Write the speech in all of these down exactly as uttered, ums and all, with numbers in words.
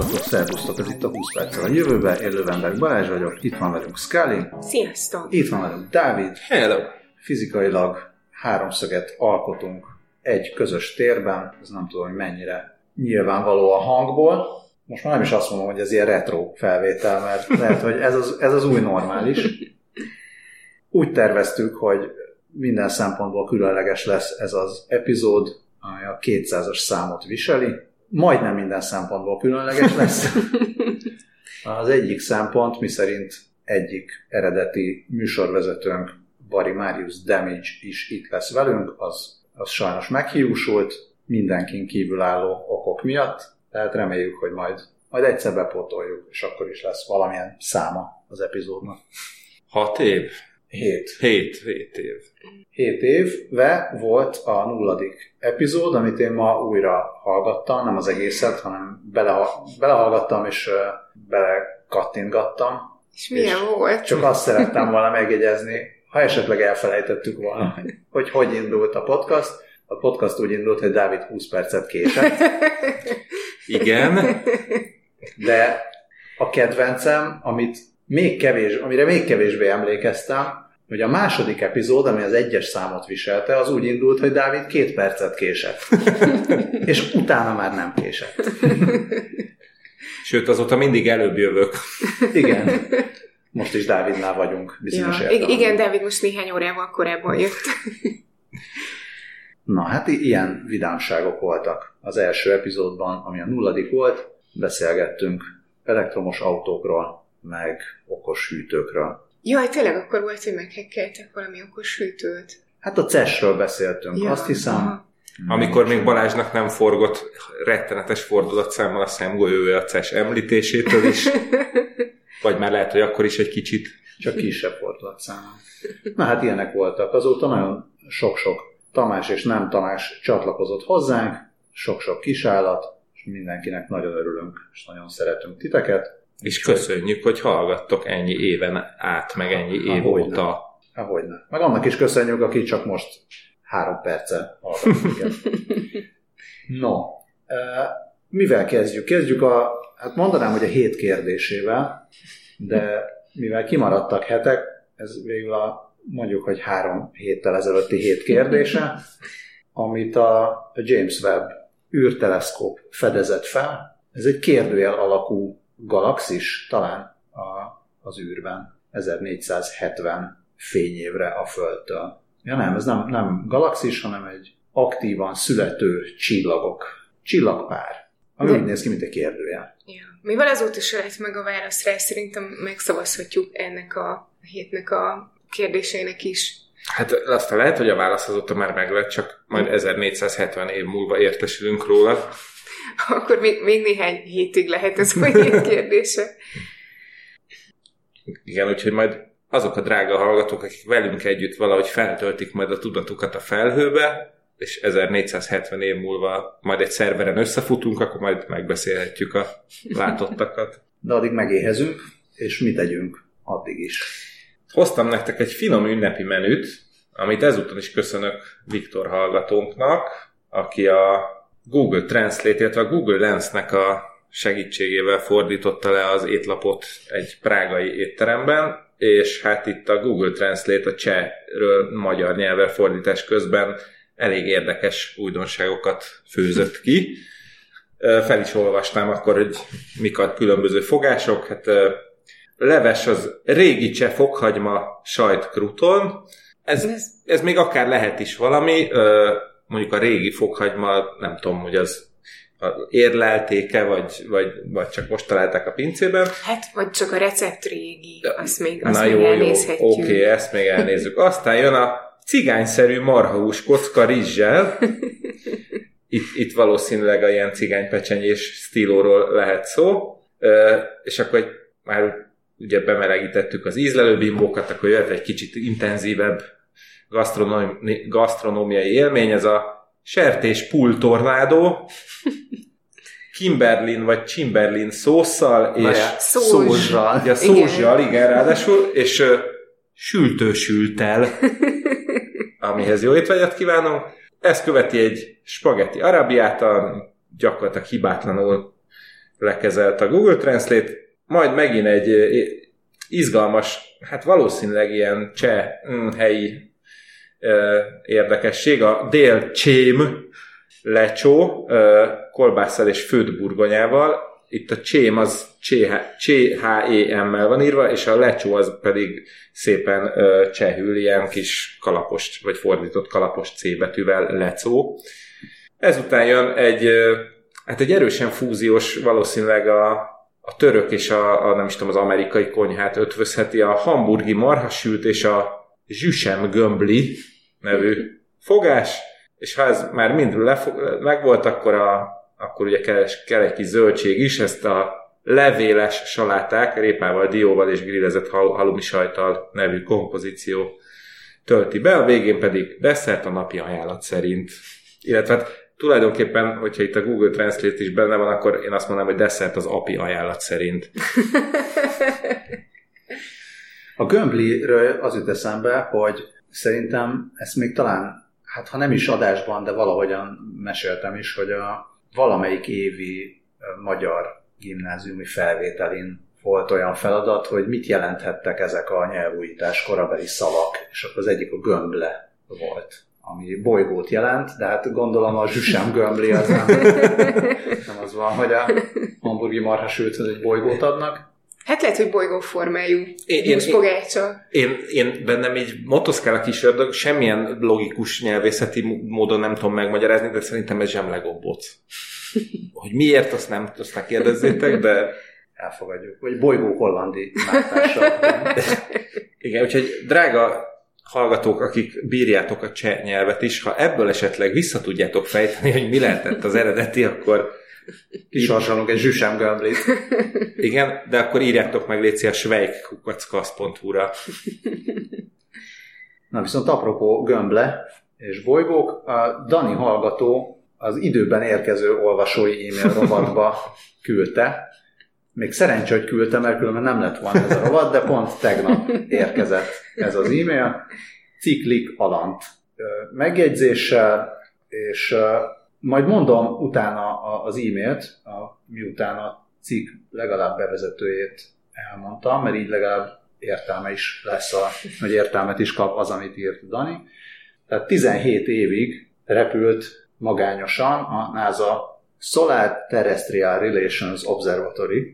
Sziasztok, szervusztok, ez itt a húsz perccel a jövőbe, én Löwenberg Balázs vagyok, itt van velünk Scully. Sziasztok! Itt van velünk Dávid. Hello! Fizikailag háromszöget alkotunk egy közös térben, ez nem tudom, hogy mennyire nyilvánvaló a hangból. Most már nem is azt mondom, hogy ez ilyen retro felvétel, mert lehet, hogy ez az, ez az új normális. Úgy terveztük, hogy minden szempontból különleges lesz ez az epizód, ami a kétszázas számot viseli. Majdnem minden szempontból különleges lesz. Az egyik szempont, miszerint egyik eredeti műsorvezetőnk, Bari Marius Damage is itt lesz velünk, az, az sajnos meghiúsult, mindenkin kívülálló okok miatt, tehát reméljük, hogy majd, majd egyszer bepótoljuk, és akkor is lesz valamilyen száma az epizódnak. Hat év? Hét. Hét, hét év. Hét évve volt a nulladik epizód, amit én ma újra hallgattam, nem az egészet, hanem bele, belehallgattam és uh, belekattintgattam. És milyen és volt? Csak azt szerettem volna megjegyezni, ha esetleg elfelejtettük volna, hogy hogy indult a podcast. A podcast úgy indult, hogy Dávid húsz percet késett. Igen. De a kedvencem, amit még kevés, amire még kevésbé emlékeztem, hogy a második epizód, ami az egyes számot viselte, az úgy indult, hogy Dávid két percet késett. És utána már nem késett. Sőt, azóta mindig előbb jövök. Igen. Most is Dávidnál vagyunk bizonyos ja, értelemben. Igen, Dávid most néhány órával korábban jött. Na, hát ilyen vidámságok voltak az első epizódban, ami a nulladik volt. Beszélgettünk elektromos autókról, meg okos hűtőkről. Jaj, tényleg akkor volt, hogy meghekkeltek valami okos hűtőt. Hát a C E S-ről beszéltünk, ja, azt hiszem. Aha. Amikor még Balázsnak nem forgott rettenetes fordulatszámmal a szemgolyója a C E S említésétől is. Vagy már lehet, hogy akkor is egy kicsit. Csak kisebb fordulatszámmal. Na hát ilyenek voltak. Azóta nagyon sok-sok Tamás és nem Tamás csatlakozott hozzánk, sok-sok kisállat, és mindenkinek nagyon örülünk, és nagyon szeretünk titeket. És köszönjük, hogy hallgattok ennyi éven át, meg ennyi év Ahogyne. óta. Ahogyne. Meg annak is köszönjük, aki csak most három perce hallgat minket. No, mivel kezdjük? Kezdjük a, hát mondanám, hogy a hét kérdésével, de mivel kimaradtak hetek, ez végül a, mondjuk, hogy három héttel ezelőtti hét kérdése, amit a James Webb űrteleszkóp fedezett fel. Ez egy kérdőjel alakú galaxis talán a, az űrben, ezernégyszázhetven fényévre a Földtől. Ja nem, ez nem, nem galaxis, hanem egy aktívan születő csillagok. Csillagpár. Ami úgy néz ki, mint egy kérdőjel. Ja. Mivel azóta se lett meg a válasz rá, szerintem megszavazhatjuk ennek a hétnek a kérdéseinek is. Hát aztán lehet, hogy a válasz azóta már meg lett, csak majd ezernégyszázhetven év múlva értesülünk róla. Akkor még, még néhány hétig lehet ez a hét kérdése. Igen, úgyhogy majd azok a drága hallgatók, akik velünk együtt valahogy feltöltik majd a tudatukat a felhőbe, és ezernégyszázhetven év múlva majd egy szerveren összefutunk, akkor majd megbeszélhetjük a látottakat. De addig megéhezünk, és mit tegyünk addig is. Hoztam nektek egy finom ünnepi menüt, amit ezúton is köszönök Viktor hallgatónknak, aki a Google Translate, illetve a Google Lens-nek a segítségével fordította le az étlapot egy prágai étteremben, és hát itt a Google Translate a csehről magyar nyelvre fordítás közben elég érdekes újdonságokat főzött ki. Fel is olvastam akkor, hogy mik a különböző fogások. Hát leves az régi cseh fokhagyma sajt kruton. Ez, ez még akár lehet is valami, mondjuk a régi fokhagyma, nem tudom, hogy az érleltéke, vagy, vagy, vagy csak most találták a pincében. Hát, vagy csak a recept régi, azt még, azt Na még jó, elnézhetjük. Oké, okay, ezt még elnézzük. Aztán jön a cigányszerű marhahús kocka rizssel. Itt, itt valószínűleg a ilyen cigánypecsenyés stílóról lehet szó. És akkor már ugye bemelegítettük az ízlelőbimbókat, akkor jött egy kicsit intenzívebb gasztronómi, gasztronómiai élmény, ez a sertés pul tornádó, Kimberlin vagy Csimberlin szósszal, és szózsal. Ja, szózsal, igen. igen, ráadásul, és uh, sültősültel, amihez jó étvágyat kívánunk. Ezt követi egy spagetti arabiata, gyakorlatilag hibátlanul lekezelt a Google Translate, majd megint egy izgalmas, hát valószínűleg ilyen cseh mm, helyi ö, érdekesség, a dél-csém lecsó ö, kolbásszal és főtt burgonyával. Itt a csém az cé há é em-mel van írva, és a lecsó az pedig szépen ö, csehül, ilyen kis kalapos, vagy fordított kalapos C betűvel lecó. Ezután jön egy, ö, hát egy erősen fúziós, valószínűleg a, a török és a, a, nem is tudom, az amerikai konyhát ötvözheti, a hamburgi marhasült és a zsüsem gömbli nevű fogás, és ha ez már mind lefo- megvolt, akkor, a, akkor ugye kell, kell egy kis zöldség is, ezt a levéles saláták, répával, dióval és grillezett halumi sajttal nevű kompozíció tölti be, a végén pedig desszert a napi ajánlat szerint. Illetve hát tulajdonképpen, hogyha itt a Google Translate is benne van, akkor én azt mondanám, hogy desszert az api ajánlat szerint. A gömbliről az jut eszembe, hogy szerintem ezt még talán, hát ha nem is adásban, de valahogyan meséltem is, hogy a valamelyik évi magyar gimnáziumi felvételin volt olyan feladat, hogy mit jelenthettek ezek a nyelvújítás korabeli szavak, és akkor az egyik a gömble volt, ami bolygót jelent, de hát gondolom a zsüsem gömbli az nem, nem az van, hogy a hamburgi marhasülthöz egy bolygót adnak. Hát lehet, hogy bolygóformájú húspogácsa. Én, én, én bennem így motoszkál a kis ördög, semmilyen logikus nyelvészeti módon nem tudom megmagyarázni, de szerintem ez zsemlegombóc. Hogy miért, azt nem, azt ne kérdezzétek, de elfogadjuk. Vagy bolygó hollandi váltással. Igen, úgyhogy drága hallgatók, akik bírjátok a cseh nyelvet is, ha ebből esetleg vissza tudjátok fejteni, hogy mi lehetett az eredeti, akkor kisorsolunk egy zsüsemgömblit. Igen, de akkor írjátok meg léci a svejk kukac pont hu-ra. Na viszont apropó gömble és bolygók, a Dani hallgató az időben érkező olvasói e-mail rovatba küldte. Még szerencsé, hogy küldte, mert különben nem lett volna ez a rovat, de pont tegnap érkezett ez az e-mail. Ciklik alant megjegyzéssel, és majd mondom utána az e-mailt, miután a cikk legalább bevezetőjét elmondtam, mert így legalább értelme is lesz, a, vagy értelmet is kap az, amit írt Dani. Tehát tizenhét évig repült magányosan a NASA Solar Terrestrial Relations Observatory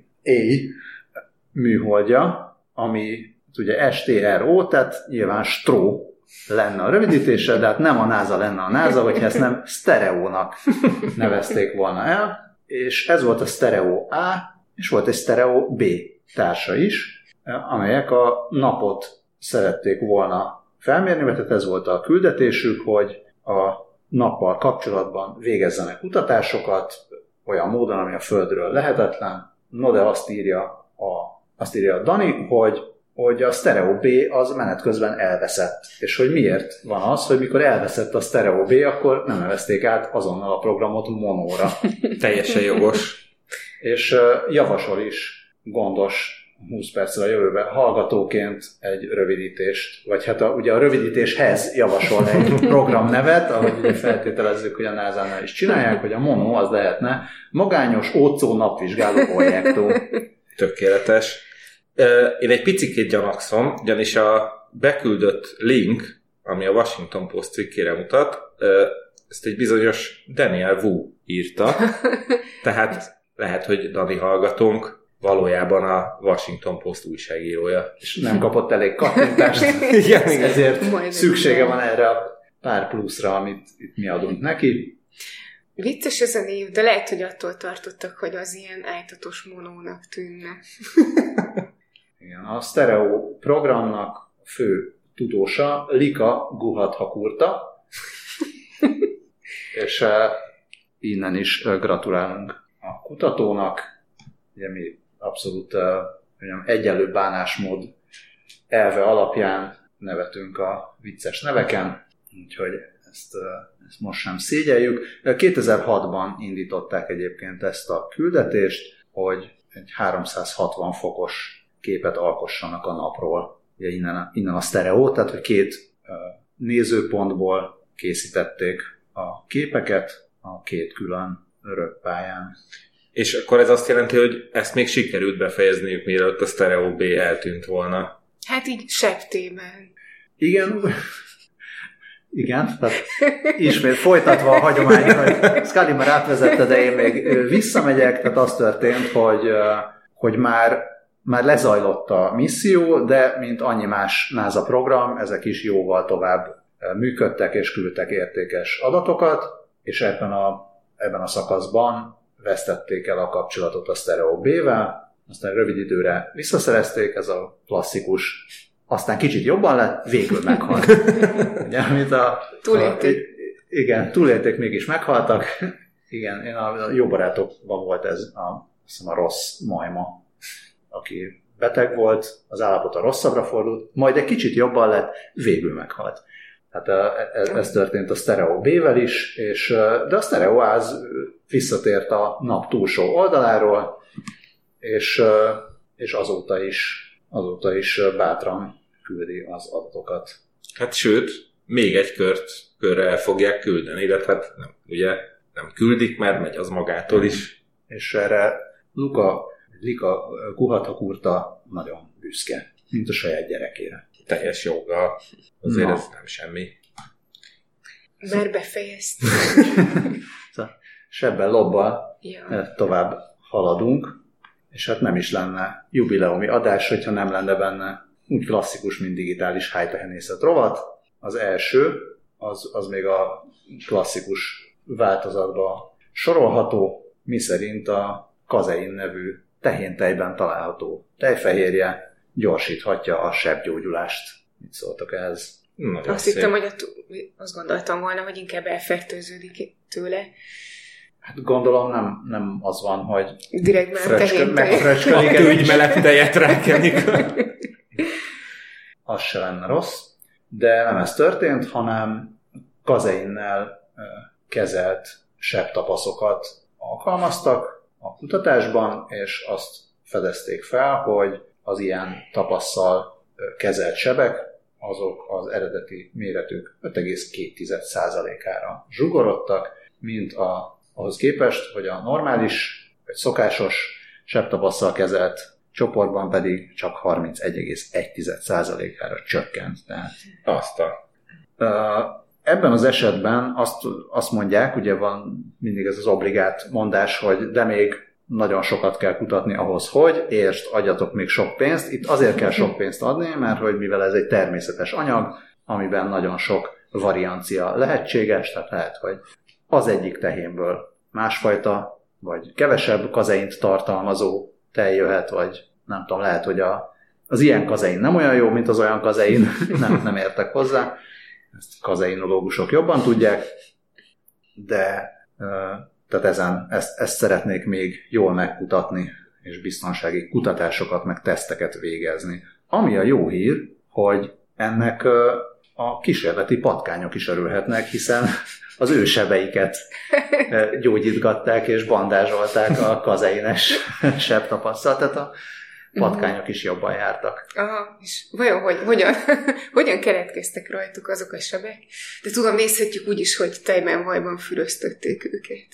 A műholdja, ami ugye es té er o, tehát nyilván STRO lenne a rövidítése, de hát nem a NASA lenne a NASA, hogyha ezt nem sztereónak nevezték volna el, és ez volt a sztereó A, és volt egy sztereó B társa is, amelyek a napot szerették volna felmérni, mert ez volt a küldetésük, hogy a nappal kapcsolatban végezzenek kutatásokat, olyan módon, ami a Földről lehetetlen. No, de azt írja a, azt írja a Dani, hogy, hogy a sztereó B az menet közben elveszett. És hogy miért van az, hogy mikor elveszett a sztereó B, akkor nem nevezték át azonnal a programot monóra. Teljesen jogos. És uh, javasol is gondos húsz perccel a jövőben hallgatóként egy rövidítést, vagy hát a, ugye a rövidítéshez javasol egy programnevet, ahogy ugye feltételezzük, hogy a NASA-nál is csinálják, hogy a mono az lehetne magányos ócó napvizsgáló projektó. Tökéletes. Én egy picikét gyanakszom, ugyanis a beküldött link, ami a Washington Post cikkére mutat, ezt egy bizonyos Daniel Wu írta, tehát lehet, hogy Dani hallgatónk valójában a Washington Post újságírója. És nem kapott elég kattintást, igen, igen. Ezért Majd szüksége van erre a pár pluszra, amit itt mi adunk neki. Vicces ez a név, de lehet, hogy attól tartottak, hogy az ilyen ájtatos monónak tűnne. Igen, a Stereo programnak a fő tudósa Lika Guhathakurta, és uh, innen is uh, gratulálunk a kutatónak. Ugye mi abszolút uh, mondjam, egyenlő bánásmód elve alapján nevetünk a vicces neveken, úgyhogy ezt, uh, ezt most sem szégyeljük. kétezer-hatban indították egyébként ezt a küldetést, hogy egy háromszázhatvan fokos képet alkossanak a napról. Ugye innen a, innen a sztereó, tehát hogy két uh, nézőpontból készítették a képeket a két külön rögpályán. És akkor ez azt jelenti, hogy ezt még sikerült befejezniük, mielőtt a Stereo B eltűnt volna. Hát így septében. Igen, igen, tehát ismét folytatva a hagyomány, hogy Scully már átvezette, de én még visszamegyek, tehát az történt, hogy, hogy már, már lezajlott a misszió, de mint annyi más NASA program, ezek is jóval tovább működtek és küldtek értékes adatokat, és ebben a, ebben a szakaszban vesztették el a kapcsolatot a Stereo B-vel, aztán rövid időre visszaszerezték, ez a klasszikus, aztán kicsit jobban lett, végül meghalt. Ugye, mint a, túlélték. A, igen, túlélték, mégis meghaltak. Igen, én a, a jó barátokban volt ez a, azt hiszem a rossz majma, aki beteg volt, az állapota rosszabbra fordult, majd egy kicsit jobban lett, végül meghalt. Hát ez, ez történt a Stereo B-vel is, és, de a Stereo az visszatért a nap túlsó oldaláról, és, és azóta is azóta is bátran küldi az adatokat. Hát sőt, még egy kört körre el fogják küldeni, de hát nem, ugye nem küldik, mert megy az magától is. És erre Luka, Lika Kuhathakurta nagyon büszke, mint a saját gyerekére. Teljes joggal. Azért Na. ez nem semmi. Már befejeztem. Sebben lobbal Ja. tovább haladunk, és hát nem is lenne jubileumi adás, hogyha nem lenne benne úgy klasszikus, mint digitális hájtehenészet rovat. Az első, az, az még a klasszikus változatban sorolható, miszerint a kazein nevű tehéntejben található tejfehérje gyorsíthatja a sebgyógyulást. Mit szóltak ehhez? Nagyon Azt szép. hittem, hogy a t- azt gondoltam volna, hogy inkább elfertőződik tőle. Hát gondolom nem, nem az van, hogy Direkt már fröcskö- tehén tej. megfröcskölik. A tűgy meleg tejet rákenik. Az se lenne rossz, de nem ez történt, hanem kazeinnel kezelt sebtapaszokat alkalmaztak a kutatásban, és azt fedezték fel, hogy az ilyen tapasszal kezelt sebek, azok az eredeti méretük öt egész két százalékára zsugorodtak, mint a, ahhoz képest, hogy a normális, vagy szokásos sebtapasszal kezelt csoportban pedig csak harmincegy egész egy százalékára csökkent. Tehát, Azt a... ebben az esetben azt, azt mondják, ugye van mindig ez az obligát mondás, hogy de még nagyon sokat kell kutatni ahhoz, hogy értsd, adjatok még sok pénzt. Itt azért kell sok pénzt adni, mert hogy mivel ez egy természetes anyag, amiben nagyon sok variancia lehetséges, tehát lehet, hogy az egyik tehénből másfajta, vagy kevesebb kazeint tartalmazó tej jöhet, vagy nem tudom, lehet, hogy a, az ilyen kazein nem olyan jó, mint az olyan kazein, nem, nem értek hozzá, ezt kazeinológusok jobban tudják, de tehát ezen, ezt, ezt szeretnék még jól megkutatni, és biztonsági kutatásokat, meg teszteket végezni. Ami a jó hír, hogy ennek a kísérleti patkányok is örülhetnek, hiszen az ő sebeiket gyógyítgatták és bandázsolták a kazeines sebtapasszal, tehát a patkányok is jobban jártak. Aha, és vajon hogy, hogyan, hogyan keletkeztek rajtuk azok a sebek? De tudom, nézhetjük úgy is, hogy tejben vajban füröztötték őket.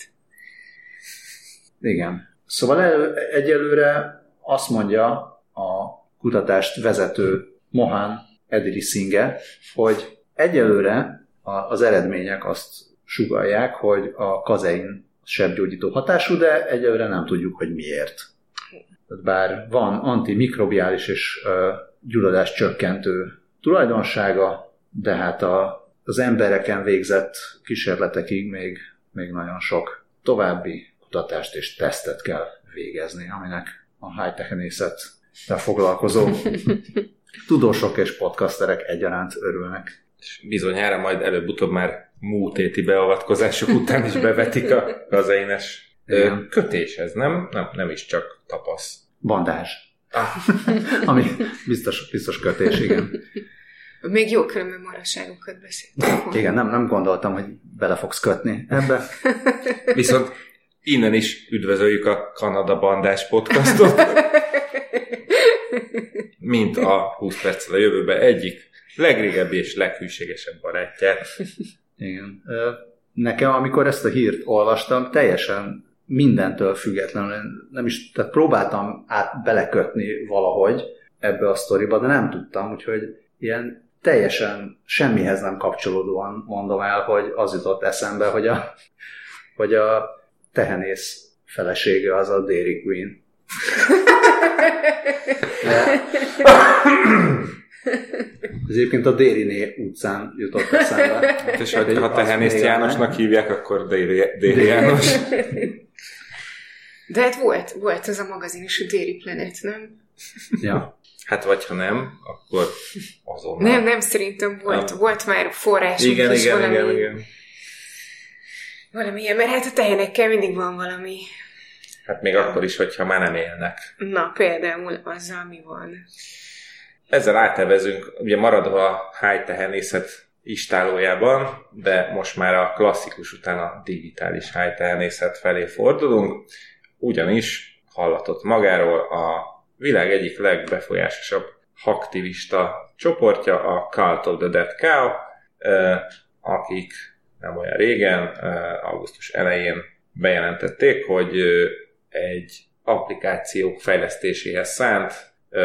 Igen. Szóval elő, egyelőre azt mondja a kutatást vezető Mohan Edirisinghe, hogy egyelőre az eredmények azt sugallják, hogy a kazein sebgyógyító hatású, de egyelőre nem tudjuk, hogy miért. Bár van antimikrobiális és uh, gyulladás csökkentő tulajdonsága, de hát a, az embereken végzett kísérletekig még, még nagyon sok további kutatást és tesztet kell végezni, aminek a high-tech-enészettel foglalkozó tudósok és podcasterek egyaránt örülnek. És bizonyára majd előbb-utóbb már múltéti beavatkozások után is bevetik a kazeines kötés, ez nem? nem? Nem is csak tapasz. Bandázs. Ah. Ami biztos, biztos kötés, igen. Még jó különben maraságokat beszéltünk. Igen, nem, nem gondoltam, hogy bele fogsz kötni ebbe. Viszont innen is üdvözöljük a Kanada Bandás podcastot, mint a húsz perccel a jövőben egyik legrégebbi és leghűségesebb barátját. Igen. Nekem, amikor ezt a hírt olvastam, teljesen mindentől függetlenül, nem is, tehát próbáltam át belekötni valahogy ebbe a sztoriba, de nem tudtam, úgyhogy ilyen teljesen semmihez nem kapcsolódóan mondom el, hogy az jutott eszembe, hogy a, hogy a tehenész felesége az a Dairy Queen. De... Ez egyébként a Dériné utcán jutott eszembe. És ha, ha tehenészt Jánosnak hívják, akkor Déri, Déri János. De hát volt, volt ez a magazin is, a Dairy Planet, nem? Ja. Hát vagy ha nem, akkor azonnal. Nem, nem, szerintem volt, nem. volt már forrásunk igen, is igen, valami. Igen, igen, Valami ilyen, mert hát a tehenekkel mindig van valami. Hát még ja. akkor is, hogyha már nem élnek. Na, például azzal mi van. Ezzel átevezünk, ugye maradva a high tehenészet istálójában, de most már a klasszikus után a digitális high tehenészet felé fordulunk, ugyanis hallatott magáról a világ egyik legbefolyásosabb aktivista csoportja, a Cult of the Dead Cow, akik nem olyan régen, augusztus elején bejelentették, hogy egy applikációk fejlesztéséhez szánt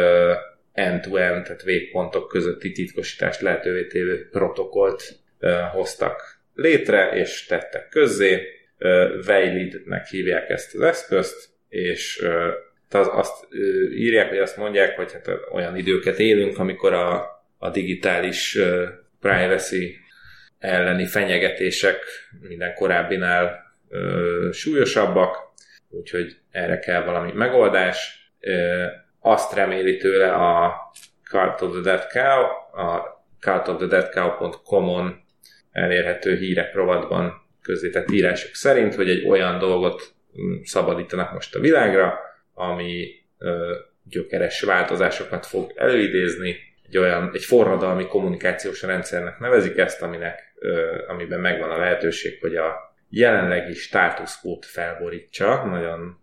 end-to-end, tehát végpontok közötti titkosítást lehetővé tévő protokollt hoztak létre, és tettek közzé. Veilid-nek hívják ezt az eszközt, és az, azt írják, vagy azt mondják, hogy hát olyan időket élünk, amikor a, a digitális privacy elleni fenyegetések minden korábbinál ö, súlyosabbak, úgyhogy erre kell valami megoldás. Ö, azt reméli tőle a Cult of the Dead Cow, a cult of the dead cow pont com-on elérhető hírek rovatban közzétett írások szerint, hogy egy olyan dolgot szabadítanak most a világra, ami ö, gyökeres változásokat fog előidézni, egy olyan, egy forradalmi kommunikációs rendszernek nevezik ezt, aminek, ö, amiben megvan a lehetőség, hogy a jelenlegi status quo-t felborítsa, nagyon,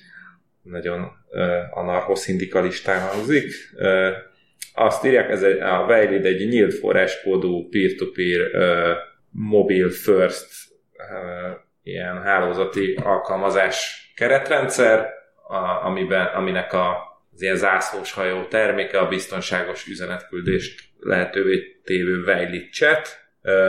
nagyon ö, anarcho-szindikalistán hangzik. Ö, azt írják, ez egy, a Veilid egy nyílt forráskódú peer-to-peer ö, mobile first ö, ilyen hálózati alkalmazás keretrendszer, a, amiben, aminek a, az ilyen zászlós hajó terméke a biztonságos üzenetküldést lehetővé tévő Veilid chat,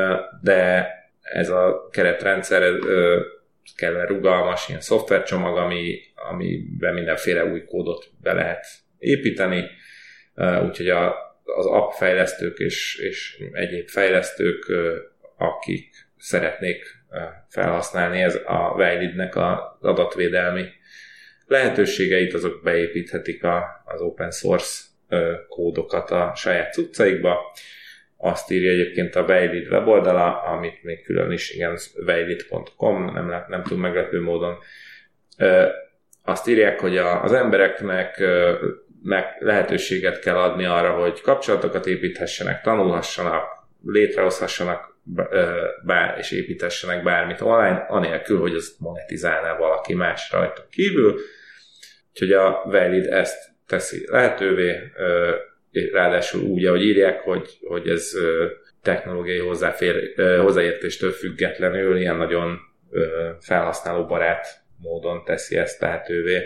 de ez a keretrendszer ez, kellene rugalmas ilyen szoftvercsomag, ami, amiben mindenféle új kódot be lehet építeni, úgyhogy a, az app fejlesztők és, és egyéb fejlesztők, akik szeretnék felhasználni ez a Veilidnek az adatvédelmi lehetőségeit, azok beépíthetik a, az open source ö, kódokat a saját cuccaikba. Azt írja egyébként a Veilid weboldala, amit még külön is, igen, veilid pont com, nem, nem túl meglepő módon. Ö, azt írják, hogy a, az embereknek ö, meg lehetőséget kell adni arra, hogy kapcsolatokat építhessenek, tanulhassanak, létrehozhassanak bár, és építessenek bármit online, anélkül, hogy ezt monetizálná valaki más rajta kívül. Úgyhogy a Veilid ezt teszi lehetővé, ráadásul úgy, ahogy írják, hogy, hogy ez technológiai hozzáfér, hozzáértéstől függetlenül ilyen nagyon felhasználóbarát módon teszi ezt lehetővé.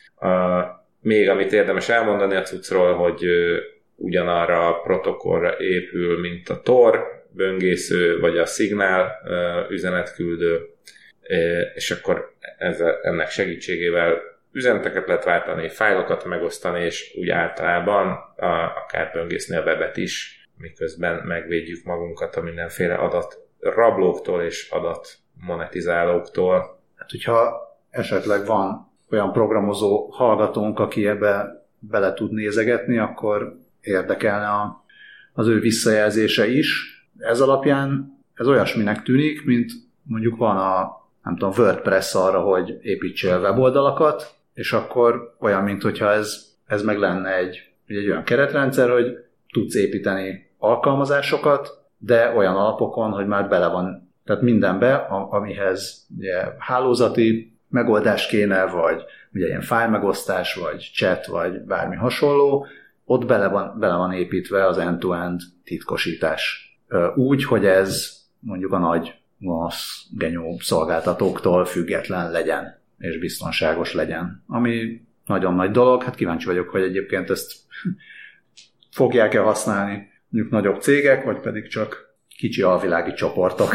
Még amit érdemes elmondani a cuccról, hogy ugyanarra a protokollra épül, mint a Tor böngésző, vagy a Signal üzenetküldő, és akkor ezzel, ennek segítségével üzeneteket lehet váltani, fájlokat megosztani, és úgy általában a, akár böngészni a webet is, miközben megvédjük magunkat a mindenféle adatrablóktól és adatmonetizálóktól. Hát, hogyha esetleg van olyan programozó hallgatónk, aki ebbe bele tud nézegetni, akkor érdekelne a, az ő visszajelzése is. Ez alapján ez olyasminek tűnik, mint mondjuk van a, nem tudom, WordPress arra, hogy építsél weboldalakat, és akkor olyan, mintha ez, ez meg lenne egy, egy olyan keretrendszer, hogy tudsz építeni alkalmazásokat, de olyan alapokon, hogy már bele van, tehát mindenbe, amihez ugye, hálózati megoldás kéne, vagy ugye ilyen file megosztás, vagy chat, vagy bármi hasonló, ott bele van, bele van építve az end-to-end titkosítás. Úgy, hogy ez mondjuk a nagy gonosz genyó szolgáltatóktól független legyen. és biztonságos legyen. Ami nagyon nagy dolog, hát kíváncsi vagyok, hogy egyébként ezt fogják-e használni mondjuk nagyobb cégek, vagy pedig csak kicsi alvilági csoportok.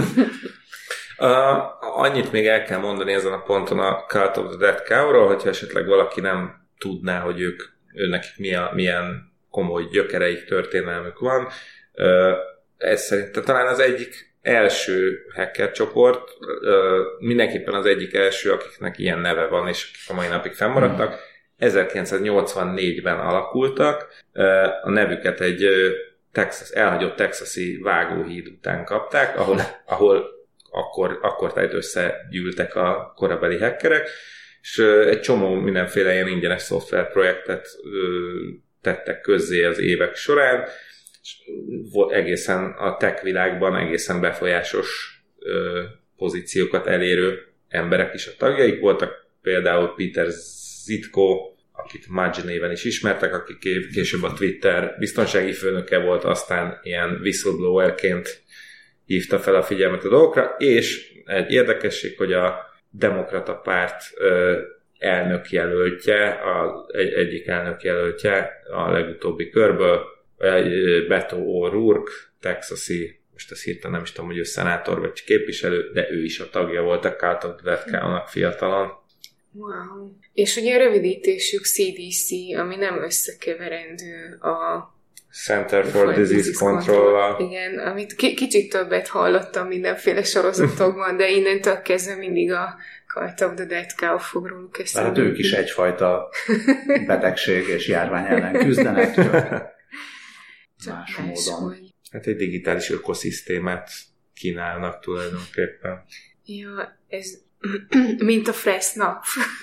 Uh, annyit még el kell mondani ezen a ponton a Cult of the Dead Cow-ról, hogyha esetleg valaki nem tudná, hogy ők, ő nekik milyen, milyen komoly gyökereik, történelmük van. Uh, ez szerintem talán az egyik első hacker csoport, uh, mindenképpen az egyik első, akiknek ilyen neve van, és akik a mai napig fennmaradtak. Hmm. ezerkilencszáznyolcvannégyben alakultak. Uh, a nevüket egy uh, Texas, elhagyott texasi vágóhíd után kapták, ahol, ahol akkor, akkor tehát összegyűltek a korabeli hackerek, és egy csomó mindenféle ilyen ingyenes szoftverprojektet tettek közzé az évek során, és egészen a tech világban egészen befolyásos pozíciókat elérő emberek is a tagjaik voltak, például Peter Zitko, akit Mudge néven is ismertek, aki később a Twitter biztonsági főnöke volt, aztán ilyen whistleblowerként hívta fel a figyelmet a dolgokra, és egy érdekesség, hogy a Demokrata Párt ö, elnökjelöltje, a, egy, egyik elnökjelöltje a legutóbbi körből, Beto O'Rourke, texasi, most ezt hirtelen nem is tudom, hogy ő szenátor vagy képviselő, de ő is a tagja volt a Cult of the Dead Cow-nak fiatalon. Wow. És ugye a rövidítésük cé dé cé, ami nem összekeverendő a Center for, for Disease, Disease Control-val. Igen, amit k- kicsit többet hallottam mindenféle sorozatokban, de innentől kezdve mindig a Cult of the Dead Cow fog róluk eszembe. Hát ők is egyfajta betegség és járvány ellen küzdenek, csak más módon. Hogy... Hát egy digitális ökoszisztémát kínálnak tulajdonképpen. Ja, ez mint a Fressnap.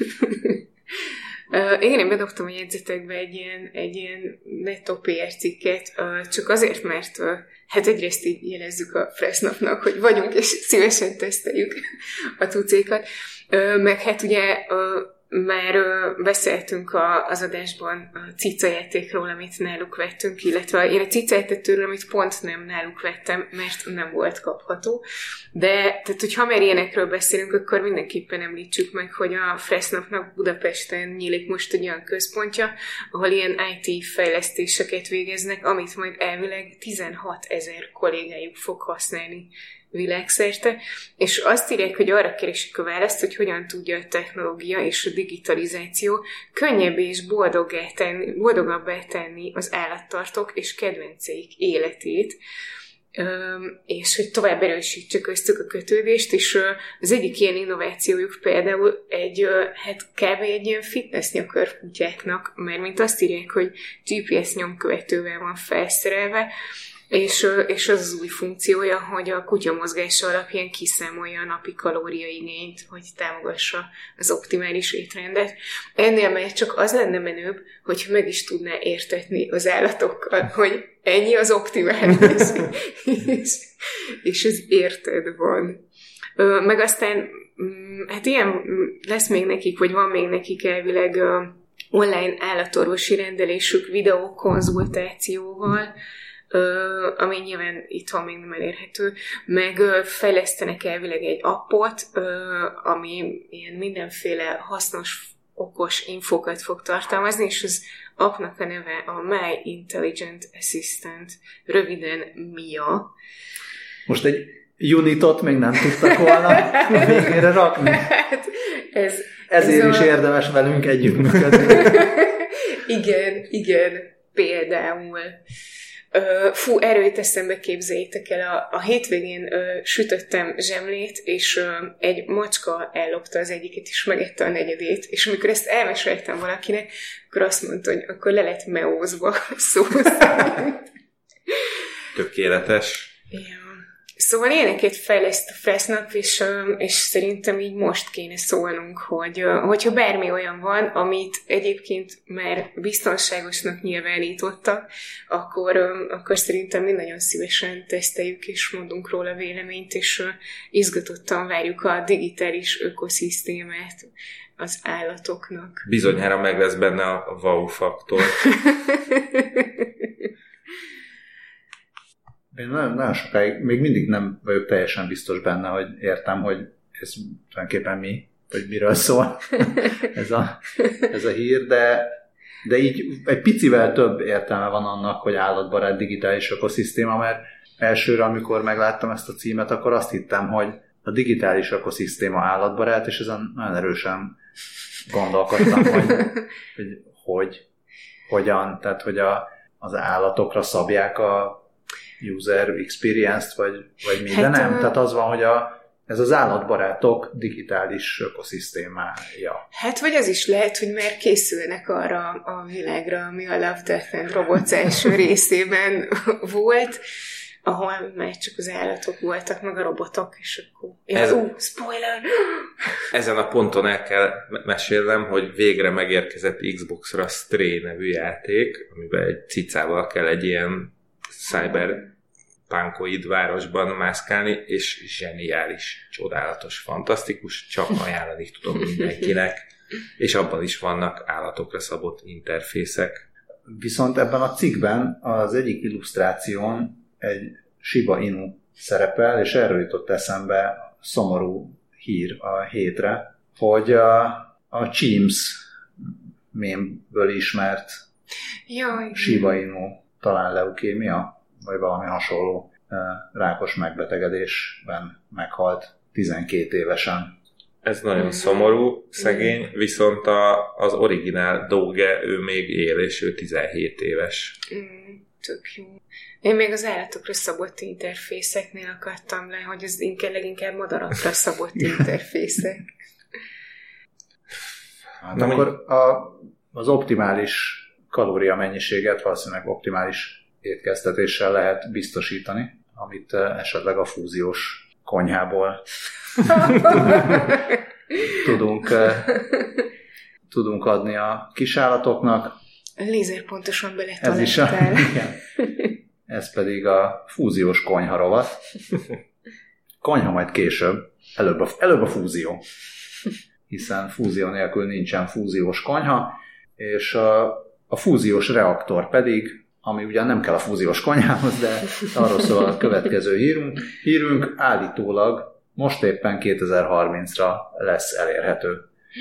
Uh, igen, én bedobtam a jegyzetekbe egy ilyen, egy ilyen nettó pé er cikket, uh, csak azért, mert uh, hát egyrészt így jelezzük a Fressnapnak, hogy vagyunk, és szívesen teszteljük a tucékat, uh, meg hát ugye uh, már uh, beszéltünk a, az adásban a cicajátékról, amit náluk vettünk, illetve én a cicajátékről, amit pont nem náluk vettem, mert nem volt kapható. De, tehát, hogyha már ilyenekről beszélünk, akkor mindenképpen említsük meg, hogy a Fressnapnak Budapesten nyílik most egy olyan központja, ahol ilyen i té fejlesztéseket végeznek, amit majd elvileg tizenhatezer kollégájuk fog használni világszerte, és azt írják, hogy arra keresik a választ, hogy hogyan tudja a technológia és a digitalizáció könnyebbé és boldoggá tenni, boldogabbá tenni az állattartók és kedvenceik életét, és hogy tovább erősítse köztük a kötődést, és az egyik ilyen innovációjuk például egy, hát kb. Egy ilyen fitness nyakörv kutyáknak, mert mint azt írják, hogy gé pé es nyomkövetővel van felszerelve, És, és az az új funkciója, hogy a kutya mozgása alapján kiszámolja a napi kalóriaigényt, hogy támogassa az optimális étrendet. Ennél már csak az lenne menőbb, hogyha meg is tudná értetni az állatokkal, hogy ennyi az optimális, és, és ez érted van. Meg aztán, hát ilyen lesz még nekik, vagy van még nekik elvileg online állatorvosi rendelésük videókonzultációval, Uh, ami nyilván itthon még nem elérhető, meg uh, fejlesztenek elvileg egy appot, uh, ami ilyen mindenféle hasznos, okos infokat fog tartalmazni, és az appnak a neve a My Intelligent Assistant, röviden em i á. Most egy unitot még nem tudtak volna végére rakni. Hát ez, Ezért ez is a... érdemes velünk együttműködni. igen, igen, például. Uh, fú, erőt eszembe, képzeljétek el, a, a hétvégén uh, sütöttem zsemlét, és uh, egy macska ellopta az egyiket, és megette a negyedét, és amikor ezt elmeséltem valakinek, akkor azt mondta, hogy akkor le lett meózva szó szerint. Tökéletes. Ja. Szóval ilyeneket fejleszt a Fressnap, és, és szerintem így most kéne szólnunk, hogy hogyha bármi olyan van, amit egyébként már biztonságosnak nyilvánítottak, akkor, akkor szerintem mi nagyon szívesen teszteljük, és mondunk róla véleményt, és izgatottan várjuk a digitális ökoszisztémát az állatoknak. Bizonyára meg lesz benne a wow-faktor. Én nagyon, nagyon sokáig még mindig nem vagyok teljesen biztos benne, hogy értem, hogy ez tulajdonképpen mi. hogy miről szól ez a, ez a hír, de, de így egy picivel több értelme van annak, hogy állatbarát digitális ökoszisztéma, mert elsőre, amikor megláttam ezt a címet, akkor azt hittem, hogy a digitális ökoszisztéma állatbarát, és ezen nagyon erősen gondolkodtam, hogy, hogy, hogy hogyan, tehát hogy a, az állatokra szabják a user experience-t, vagy, vagy mi, de nem. Tehát az van, hogy a, ez az állatbarátok digitális ökoszisztémája. Hát, vagy az is lehet, hogy már készülnek arra a világra, ami a Love, Death and Robots első részében volt, ahol már csak az állatok voltak, meg a robotok, és akkor... Ja, Ez, ú, spoiler! Ezen a ponton el kell mesélnem, hogy végre megérkezett Xbox-ra Stray nevű játék, amiben egy cicával kell egy ilyen cyberpunkoid városban mászkálni, és zseniális, csodálatos, fantasztikus, csak ajánlani tudom mindenkinek, és abban is vannak állatokra szabott interfészek. Viszont ebben a cikkben az egyik illusztráción egy Shiba Inu szerepel, és erről jutott eszembe szomorú hír a hétre, hogy a, a Cheems mémből ismert Jaj. Shiba Inu talán leukémia, vagy valami hasonló rákos megbetegedésben meghalt tizenkét évesen. Ez nagyon szomorú, szegény, viszont a, az originál Doge, ő még él, és ő tizenhét éves. Mm, tök jó. Én még az állatokra szabott interfészeknél akadtam le, hogy az inkább leginkább madarakra szabott interfészek. Hát Na, akkor a, az optimális kalória mennyiséget valószínűleg optimális étkeztetéssel lehet biztosítani, amit esetleg a fúziós konyhából tudunk, tudunk adni a kisállatoknak. Lézerpontosan Ez is a, igen. Ez pedig a fúziós konyha rovat. Konyha majd később, előbb a, előbb a fúzió, hiszen fúzió nélkül nincsen fúziós konyha, és a, a fúziós reaktor pedig, ami ugyan nem kell a fúziós konyhához, de arról szól a következő hírünk, hírünk állítólag most éppen kétezer-harmincra lesz elérhető.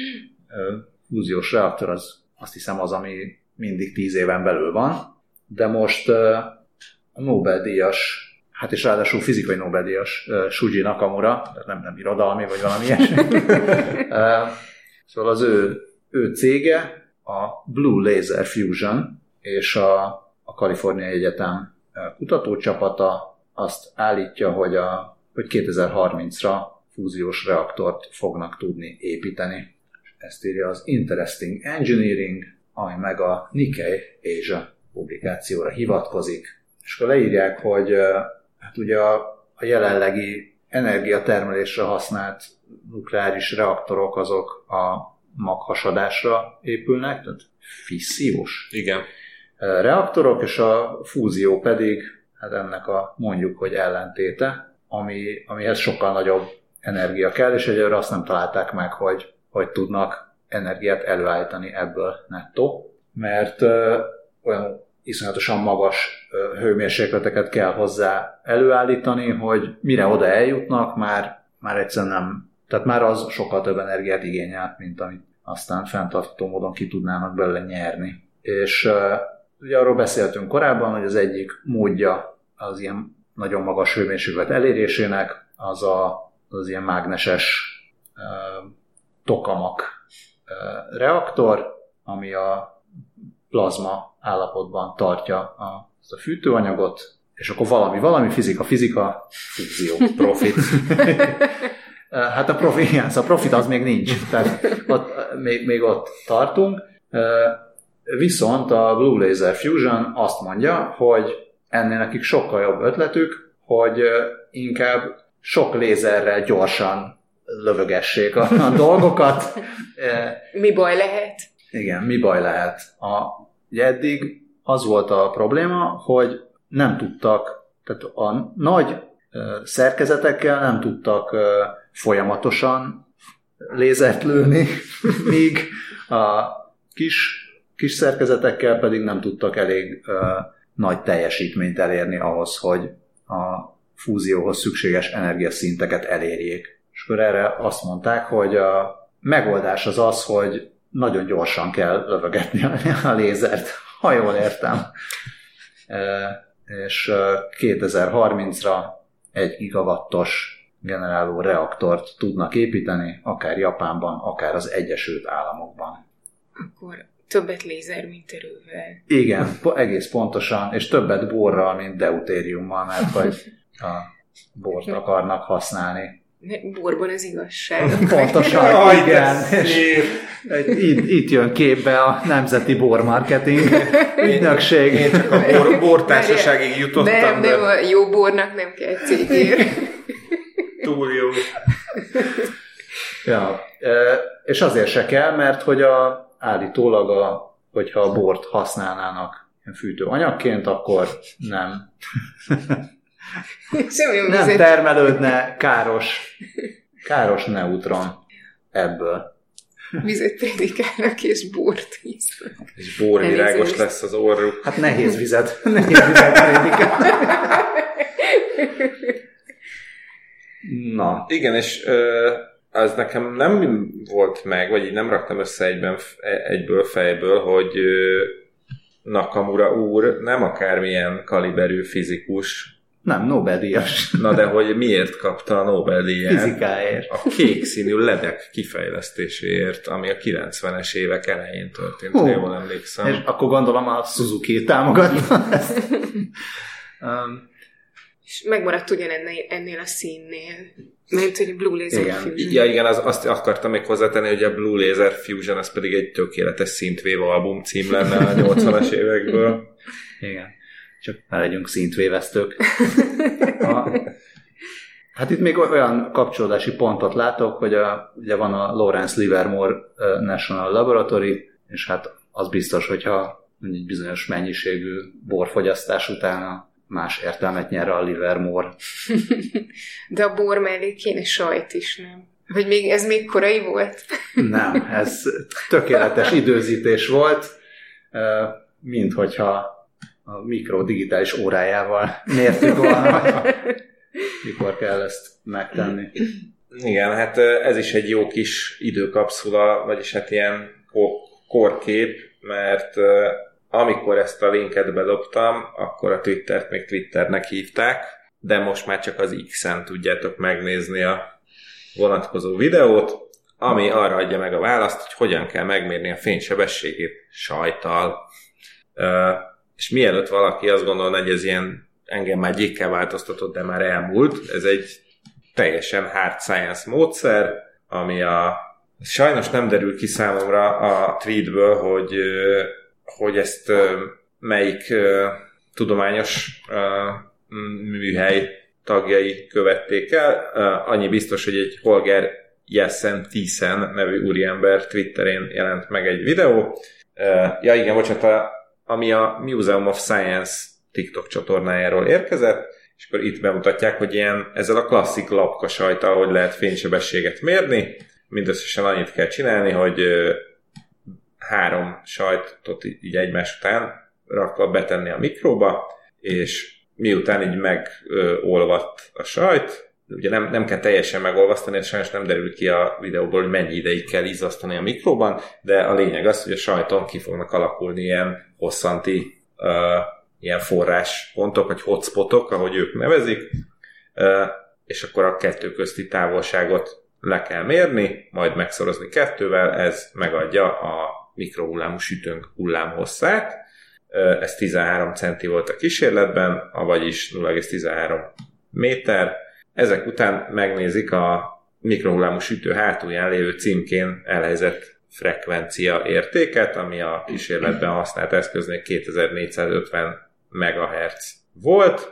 Fúziós reaktor az azt hiszem az, ami mindig tíz éven belül van, de most a Nobel-díjas, hát és ráadásul fizikai Nobel-díjas Shuji Nakamura, nem, nem irodalmi, vagy valami ilyesmi. Szóval az ő, ő cége a Blue Laser Fusion, és a, a Kaliforniai Egyetem kutatócsapata azt állítja, hogy, a, hogy kétezer-harmincra fúziós reaktort fognak tudni építeni. Ezt írja az Interesting Engineering, ami meg a Nikkei Asia publikációra hivatkozik. És akkor leírják, hogy hát ugye a, a jelenlegi energiatermelésre használt nukleáris reaktorok azok a maghasadásra épülnek, tehát fissziós Igen. reaktorok, és a fúzió pedig hát ennek a mondjuk, hogy ellentéte, ami, amihez sokkal nagyobb energia kell, és egyelőre azt nem találták meg, hogy, hogy tudnak energiát előállítani ebből nettó, mert ö, olyan iszonyatosan magas ö, hőmérsékleteket kell hozzá előállítani, hogy mire oda eljutnak, már, már egyszerűen nem, tehát már az sokkal több energiát igényel, mint amit aztán fenntartható módon ki tudnának belőle nyerni. És ö, ugye arról beszéltünk korábban, hogy az egyik módja az ilyen nagyon magas hőmérséklet elérésének az a, az ilyen mágneses ö, tokamak reaktor, ami a plazma állapotban tartja a, a fűtőanyagot, és akkor valami, valami fizika, fizika, fúzió, profit. Hát a profit, igen, a profit az még nincs, tehát ott, még, még ott tartunk. Viszont a Blue Laser Fusion azt mondja, hogy ennél nekik sokkal jobb ötletük, hogy inkább sok lézerrel gyorsan lövögessék a, a dolgokat. Mi baj lehet? Igen, mi baj lehet. A, ugye eddig az volt a probléma, hogy nem tudtak, tehát a nagy szerkezetekkel nem tudtak folyamatosan lézert lőni, míg a kis, kis szerkezetekkel pedig nem tudtak elég nagy teljesítményt elérni ahhoz, hogy a fúzióhoz szükséges energiaszinteket elérjék. És akkor erre azt mondták, hogy a megoldás az az, hogy nagyon gyorsan kell lövögetni a lézert, ha jól értem. És kétezer-harmincra egy gigawattos generáló reaktort tudnak építeni, akár Japánban, akár az Egyesült Államokban. Akkor többet lézer, mint erővel. Igen, egész pontosan, és többet borral, mint deutériummal, mert hogy a bort akarnak használni. Borban az igazság. Pontosan, oh, igen. Itt, itt jön képbe a Nemzeti Bormarketing ügynökség. Én csak a bor, bortársaságig jutottam. Nem, de... nem, a jó bornak nem kell cégér. Túl jó. Ja, és azért se kell, mert hogy a, állítólag, a, hogyha a bort használnának fűtőanyagként, akkor nem... nem termelődne káros, káros neutron ebből. Vizet prédikálnak és bort hisznak. És borvirágos lesz az orruk. Hát nehéz vizet, nehéz vizet prédikálnak. Na. Igen, és ö, az nekem nem volt meg, vagy így nem raktam össze egyben, egyből fejből, hogy ö, Nakamura úr nem akármilyen kaliberű fizikus. Nem, Nobel-díjas. Na de hogy miért kapta a Nobel-díját? Fizikáért. A kék színű ledek kifejlesztéséért, ami a kilencvenes évek elején történt, ha jól emlékszem. És akkor gondolom a Suzuki támogatta ezt. um, és megmaradt ugyanennél ennél a színnél. Mert hogy Blue Laser igen. Fusion. Ja, igen, az, azt akartam még hozzátenni, hogy a Blue Laser Fusion az pedig egy tökéletes Synthwave album cím lenne a nyolcvanas évekből. Igen. Csak ne legyünk szintvévesztők. A, hát itt még olyan kapcsolódási pontot látok, hogy a, ugye van a Lawrence Livermore National Laboratory, és hát az biztos, hogyha egy bizonyos mennyiségű borfogyasztás után más értelmet nyer a Livermore. De a bor mellé kéne sajt is, nem? Vagy még ez még korai volt? Nem, ez tökéletes időzítés volt, mint hogyha a mikro digitális órájával mértük volna, mikor kell ezt megtenni. Igen, hát ez is egy jó kis időkapszula, vagyis hát ilyen korkép, mert amikor ezt a linket bedobtam, akkor a Twittert még Twitternek hívták, de most már csak az X-en tudjátok megnézni a vonatkozó videót, ami arra adja meg a választ, hogy hogyan kell megmérni a fénysebességét sajttal. És mielőtt valaki azt gondolna, hogy ez ilyen engem már gyékkel változtatott, de már elmúlt, ez egy teljesen hard science módszer, ami a... Sajnos nem derül ki számomra a tweetből, hogy, hogy ezt melyik tudományos műhely tagjai követték el. Annyi biztos, hogy egy Holger Jessen-Thyssen nevű úriember Twitterén jelent meg egy videó. Ja igen, bocsánat, a ami a Museum of Science TikTok csatornájáról érkezett, és akkor itt bemutatják, hogy ilyen ezzel a klasszik lapka sajttal, hogy lehet fénysebességet mérni. Mindösszesen annyit kell csinálni, hogy három sajtot így egymás után rakva betenni a mikróba, és miután így megolvadt a sajt, ugye nem, nem kell teljesen megolvasztani, ez sajnos nem derül ki a videóból, hogy mennyi ideig kell izzasztani a mikróban, de a lényeg az, hogy a sajton ki fognak alakulni ilyen hosszanti uh, ilyen forráspontok, vagy hotspotok, ahogy ők nevezik, uh, és akkor a kettő közti távolságot le kell mérni, majd megszorozni kettővel, ez megadja a mikrohullámú sütőnk hullámhosszát. Uh, ez tizenhárom centi volt a kísérletben, vagyis nulla egész tizenhárom méter. Ezek után megnézik a mikrohullámú sütő hátulján lévő címkén elhelyezett frekvencia értéket, ami a kísérletben használt eszköznél kétezer-négyszázötven megahertz volt.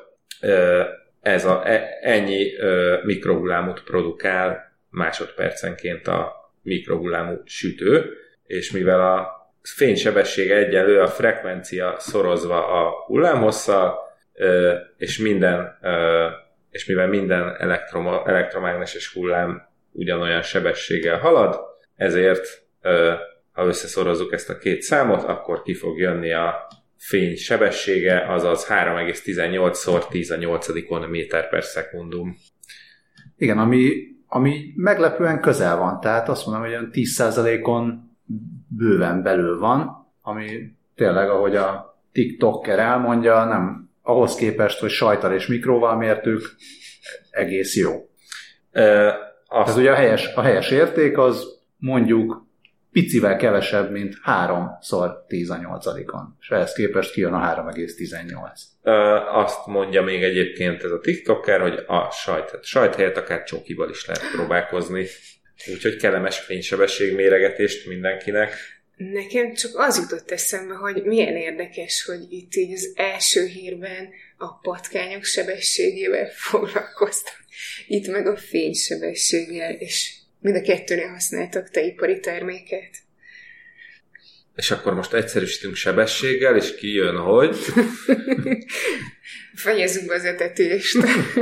Ez a, ennyi mikrohullámot produkál másodpercenként a mikrohullámú sütő, és mivel a fénysebessége egyenlő a frekvencia szorozva a hullámhosszal, és minden és mivel minden elektroma, elektromágneses hullám ugyanolyan sebességgel halad, ezért ha összeszorozzuk ezt a két számot, akkor ki fog jönni a fény sebessége, azaz három egész tizennyolc szor tíz a nyolcadikon méter per szekundum. Igen, ami ami meglepően közel van, tehát azt mondom, hogy olyan tíz százalékon bőven belül van, ami tényleg, ahogy a TikToker elmondja, nem ahhoz képest, hogy sajttal és mikróval mértük, egész jó. E, azt... Tehát ugye a helyes, a helyes érték az mondjuk picivel kevesebb, mint háromszor tíz a nyolcadikon. És ehhez képest kijön a három egész tizennyolc. E, azt mondja még egyébként ez a TikToker, hogy a sajt, sajt helyett akár csokival is lehet próbálkozni. Úgyhogy kellemes fénysebesség méregetést mindenkinek. Nekem csak az jutott eszembe, hogy milyen érdekes, hogy itt így az első hírben a patkányok sebességével foglalkoztak. Itt meg a fénysebességgel, és mind a kettőnél használtak teipari terméket. És akkor most egyszerűsítünk sebességgel, és kijön, hogy... Fejezzük be az etetést.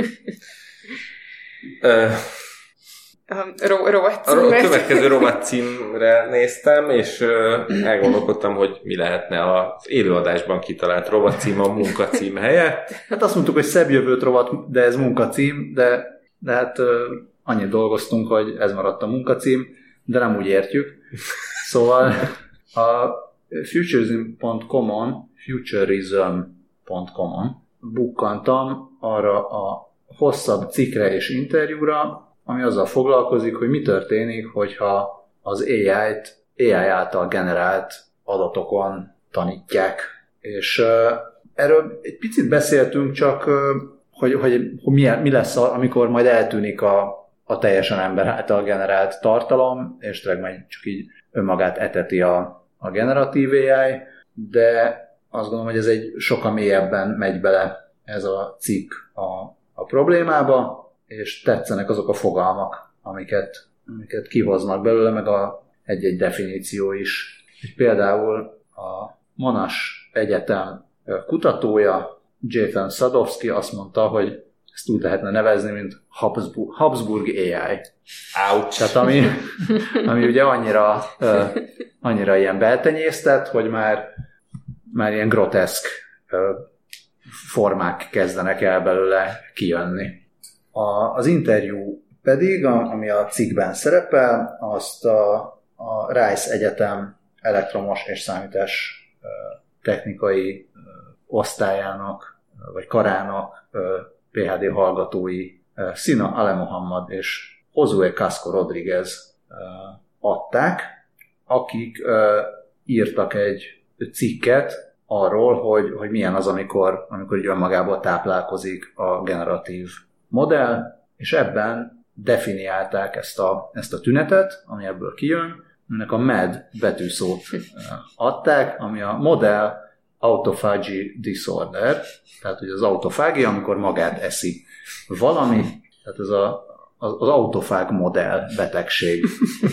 A ro- rovat A, a következő rovat címre néztem, és uh, elgondolkodtam, hogy mi lehetne az élőadásban kitalált rovat cím a munkacím helyett. Hát azt mondtuk, hogy szebb jövőt rovat, de ez munkacím, de, de hát uh, annyit dolgoztunk, hogy ez maradt a munkacím, de nem úgy értjük. Szóval a futurism pont com-on, futurism pont com-on bukkantam arra a hosszabb cikkre és interjúra, ami azzal foglalkozik, hogy mi történik, hogyha az á í-t á í által generált adatokon tanítják. És uh, erről egy picit beszéltünk, csak uh, hogy, hogy, hogy mi, mi lesz, amikor majd eltűnik a, a teljesen ember által generált tartalom, és tényleg majd csak így önmagát eteti a, a generatív á í, de azt gondolom, hogy ez egy sokkal mélyebben megy bele ez a cikk a, a problémába, és tetszenek azok a fogalmak, amiket, amiket kihoznak belőle, meg a egy-egy definíció is. És például a Monash Egyetem kutatója, Jathan Sadowski azt mondta, hogy ezt úgy lehetne nevezni, mint Habsburg, Habsburg á í. Ouch. Tehát ami, ami ugye annyira, uh, annyira ilyen beltenyésztett, hogy már, már ilyen groteszk uh, formák kezdenek el belőle kijönni. A, az interjú pedig, ami a cikkben szerepel, azt a, a Rice Egyetem elektromos és számítás technikai osztályának, vagy karának pé há dé hallgatói Sina Alemohammad és Josué Casco Rodriguez adták, akik írtak egy cikket arról, hogy, hogy milyen az, amikor, amikor így önmagából táplálkozik a generatív modell, és ebben definiálták ezt a, ezt a tünetet, ami ebből kijön, aminek a em e dé betűszót adták, ami a Model Autophagy Disorder, tehát hogy az autofágia, amikor magát eszi valami, tehát ez a, az, az autofág modell betegség,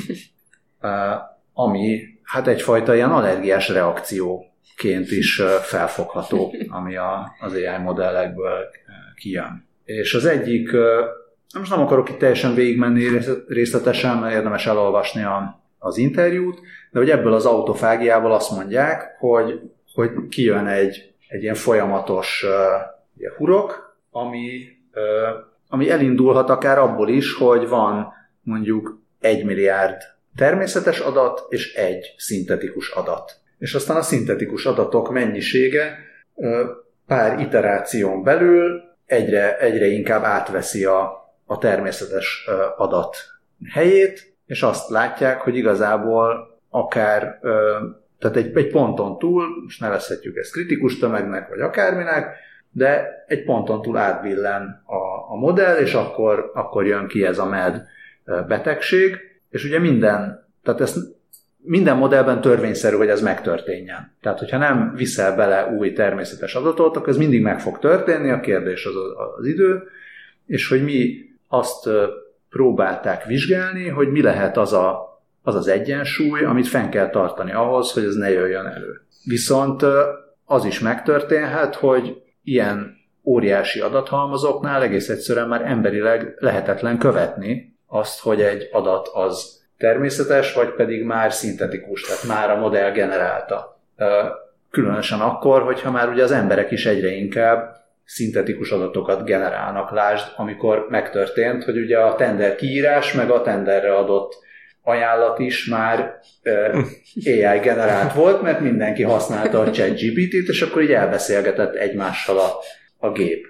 ami hát egyfajta ilyen allergiás reakcióként is felfogható, ami a, az á í modellekből kijön. És az egyik, most nem akarok itt teljesen végigmenni részletesen, mert érdemes elolvasni a, az interjút, de hogy ebből az autofágiával azt mondják, hogy, hogy kijön egy, egy ilyen folyamatos uh, hurok, ami, uh, ami elindulhat akár abból is, hogy van mondjuk egy milliárd természetes adat és egy szintetikus adat. És aztán a szintetikus adatok mennyisége uh, pár iteráción belül Egyre, egyre inkább átveszi a, a természetes adat helyét, és azt látják, hogy igazából akár, tehát egy, egy ponton túl, most nevezhetjük ezt kritikus tömegnek, vagy akárminek, de egy ponton túl átbillen a, a modell, és akkor, akkor jön ki ez a em e dé betegség, és ugye minden, tehát ezt minden modellben törvényszerű, hogy ez megtörténjen. Tehát, hogyha nem viszel bele új természetes adatot, akkor ez mindig meg fog történni, a kérdés az az idő, és hogy mi azt próbálták vizsgálni, hogy mi lehet az a, az, az egyensúly, amit fenn kell tartani ahhoz, hogy ez ne jöjjön elő. Viszont az is megtörténhet, hogy ilyen óriási adathalmazoknál egész egyszerűen már emberileg lehetetlen követni azt, hogy egy adat az természetes, vagy pedig már szintetikus, tehát már a modell generálta. Különösen akkor, hogyha már ugye az emberek is egyre inkább szintetikus adatokat generálnak. Lásd, amikor megtörtént, hogy ugye a tender kiírás, meg a tenderre adott ajánlat is már uh, á i generált volt, mert mindenki használta a ChatGPT-t, és akkor így elbeszélgetett egymással a, a gép.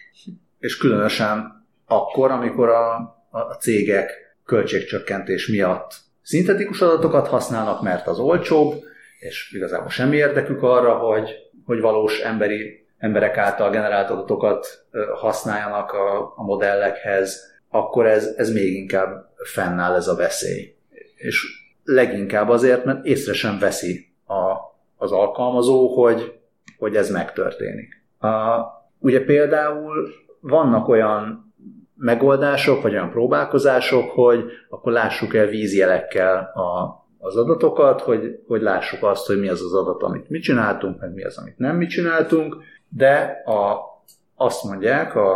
És különösen akkor, amikor a, a cégek költségcsökkentés miatt szintetikus adatokat használnak, mert az olcsóbb, és igazából semmi érdekük arra, hogy, hogy valós emberi, emberek által generált adatokat használjanak a, a modellekhez, akkor ez, ez még inkább fennáll ez a veszély. És leginkább azért, mert észre sem veszi a, az alkalmazó, hogy, hogy ez megtörténik. A, ugye például vannak olyan megoldások, vagy olyan próbálkozások, hogy akkor lássuk el vízjelekkel a, az adatokat, hogy, hogy lássuk azt, hogy mi az az adat, amit mi csináltunk, meg mi az, amit nem mi csináltunk, de a, azt mondják a,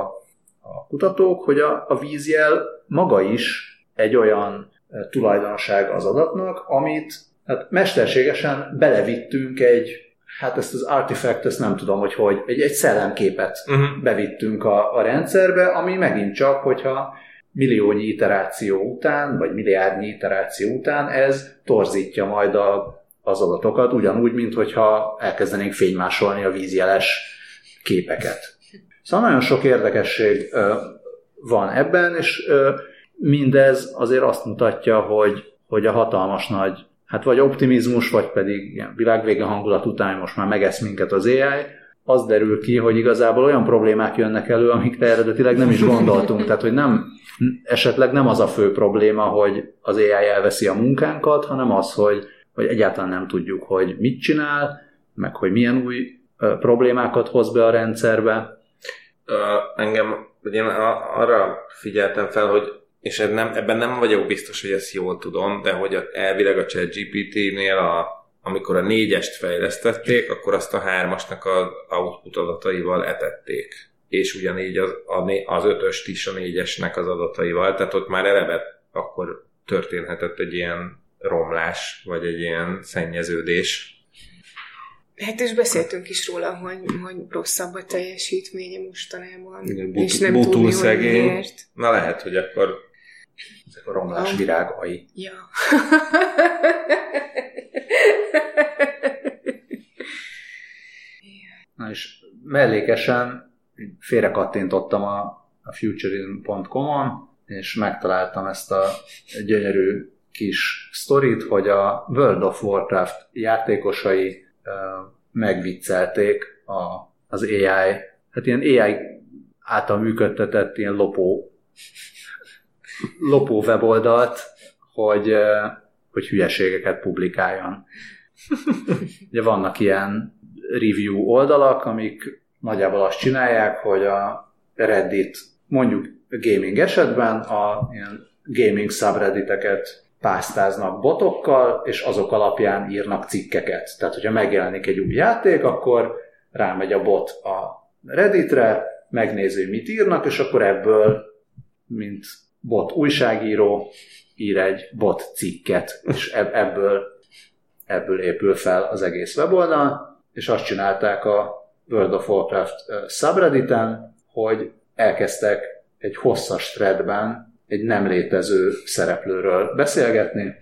a kutatók, hogy a, a vízjel maga is egy olyan tulajdonság az adatnak, amit hát mesterségesen belevittünk egy, hát ezt az artifact, ezt nem tudom, hogy hogy, egy, egy szellemképet uh-huh. bevittünk a, a rendszerbe, ami megint csak, hogyha milliónyi iteráció után, vagy milliárdnyi iteráció után ez torzítja majd a, az adatokat, ugyanúgy, mint hogyha elkezdenénk fénymásolni a vízjeles képeket. Szóval nagyon sok érdekesség ö, van ebben, és ö, mindez azért azt mutatja, hogy, hogy a hatalmas nagy, hát vagy optimizmus, vagy pedig ilyen világvége hangulat után most már megesz minket az á i, az derül ki, hogy igazából olyan problémák jönnek elő, amikre eredetileg nem is gondoltunk. Tehát, hogy nem, esetleg nem az a fő probléma, hogy az á i elveszi a munkánkat, hanem az, hogy, hogy egyáltalán nem tudjuk, hogy mit csinál, meg hogy milyen új uh, problémákat hoz be a rendszerbe. Uh, engem, én arra figyeltem fel, hogy és nem, ebben nem vagyok biztos, hogy ezt jól tudom, de hogy elvileg a ChatGPT-nél, a, amikor a négyest fejlesztették, akkor azt a hármasnak az output adataival etették. És ugyanígy az, az ötöst is a négyesnek az adataival, tehát ott már eleve akkor történhetett egy ilyen romlás, vagy egy ilyen szennyeződés. Hát és beszéltünk is róla, hogy, hogy rosszabb a teljesítménye mostanában, but, és nem tudni, szegény. Hogy miért. Na lehet, hogy akkor ezek a romlás virágai. Ja. Na és mellékesen félrekattintottam a, a futurin pont com-on, és megtaláltam ezt a gyönyörű kis sztorit, hogy a World of Warcraft játékosai uh, megviccelték a, az á i, hát ilyen á i által működtetett ilyen lopó lopó weboldalt, hogy, hogy hülyeségeket publikáljon. Ugye vannak ilyen review oldalak, amik nagyjából azt csinálják, hogy a Reddit, mondjuk gaming esetben a ilyen gaming subredditeket pásztáznak botokkal, és azok alapján írnak cikkeket. Tehát, hogyha megjelenik egy új játék, akkor rámegy a bot a Redditre, megnézi, hogy mit írnak, és akkor ebből, mint bot újságíró, ír egy bot cikket, és ebből, ebből épül fel az egész weboldal, és azt csinálták a World of Warcraft subredditen, hogy elkezdtek egy hosszas threadben egy nem létező szereplőről beszélgetni,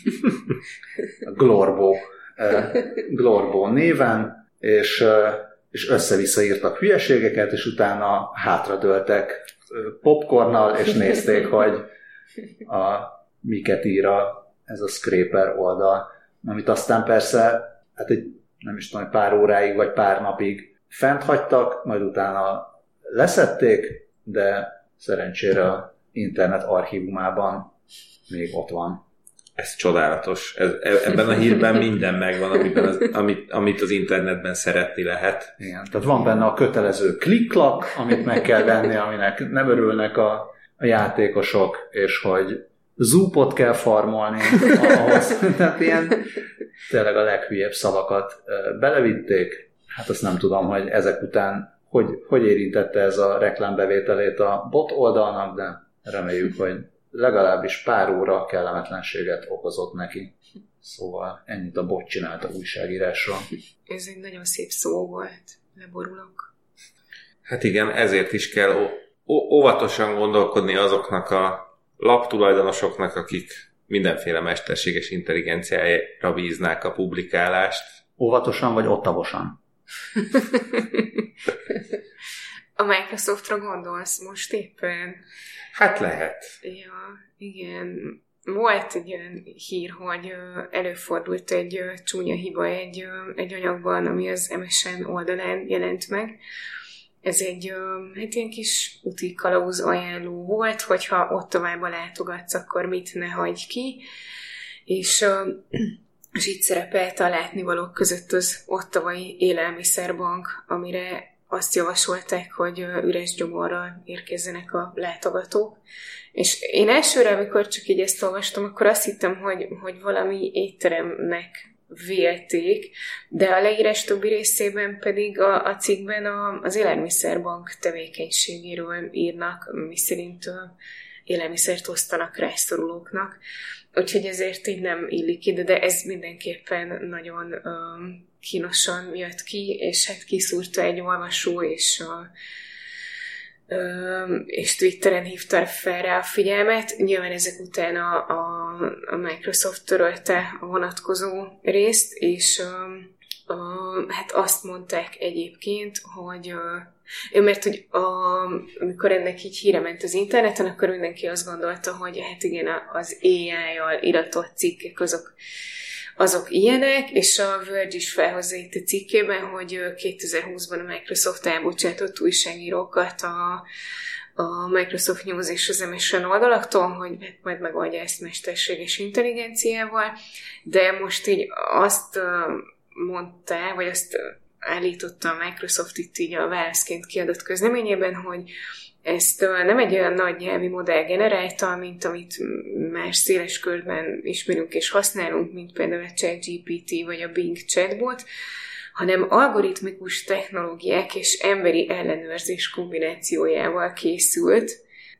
Glorbo, Glorbo néven, és, és össze-vissza írtak hülyeségeket, és utána hátradőltek popcornnal, és nézték, hogy a, miket ír a, ez a Scraper oldal, amit aztán persze, hát egy, nem is tudom, pár óráig, vagy pár napig fent hagytak, majd utána leszették, de szerencsére a internet archívumában még ott van. Ez csodálatos. Ez, ebben a hírben minden megvan, amiben az, amit, amit az internetben szeretni lehet. Igen, tehát van benne a kötelező klik-klak, amit meg kell venni, aminek nem örülnek a, a játékosok, és hogy zúpot kell farmolni ahhoz. Tehát ilyen tényleg a leghülyebb szavakat belevitték. Hát azt nem tudom, hogy ezek után hogy, hogy érintette ez a reklámbevételét a bot oldalnak, de reméljük, hogy legalábbis pár óra kellemetlenséget okozott neki. Szóval ennyit a bot csinált a újságírásról. Ez egy nagyon szép szó volt. Leborulok. Hát igen, ezért is kell ó- ó- óvatosan gondolkodni azoknak a laptulajdonosoknak, akik mindenféle mesterséges intelligenciára bíznák a publikálást. Óvatosan vagy ottavosan? A Microsoftra gondolsz most éppen? Hát lehet. Ja, igen. Volt egy olyan hír, hogy előfordult egy csúnya hiba egy, egy anyagban, ami az em es en oldalán jelent meg. Ez egy hát ilyen kis úti kalauz ajánló volt, hogyha Ottavába látogatsz, akkor mit ne hagyj ki. És, és itt szerepelt a látnivalók között az Ottavai Élelmiszerbank, amire azt javasolták, hogy üres gyomorral érkezzenek a látogatók. És én elsőre, amikor csak így ezt olvastam, akkor azt hittem, hogy, hogy valami étteremnek vélték, de a leírás többi részében pedig a, a cikkben a, az Élelmiszerbank tevékenységéről írnak, miszerint élelmiszert osztanak rászorulóknak. Úgyhogy ezért így nem illik ide, de ez mindenképpen nagyon um, kínosan jött ki, és hát kiszúrta egy olvasó, és a és Twitteren hívta fel rá a figyelmet. Nyilván ezek után a, a, a Microsoft törölte a vonatkozó részt, és a, a, hát azt mondták egyébként, hogy ő, mert hogy a, amikor ennek így híre ment az interneten, akkor mindenki azt gondolta, hogy hát igen, az á í-jal iratott cikkek azok azok ilyenek, és a Verge is felhozza itt a cikkében, hogy kétezer-húszban a Microsoft elbocsátott újságírókat a, a Microsoft News és az em es en oldalaktól, hogy majd megoldja ezt mesterséges intelligenciával, de most így azt mondta, vagy azt állította a Microsoft itt így a válaszként kiadott közleményében, hogy ezt nem egy olyan nagy nyelvi modell generálta, mint amit más széles körben ismerünk és használunk, mint például a ChatGPT vagy a Bing chatbot, hanem algoritmikus technológiák és emberi ellenőrzés kombinációjával készült.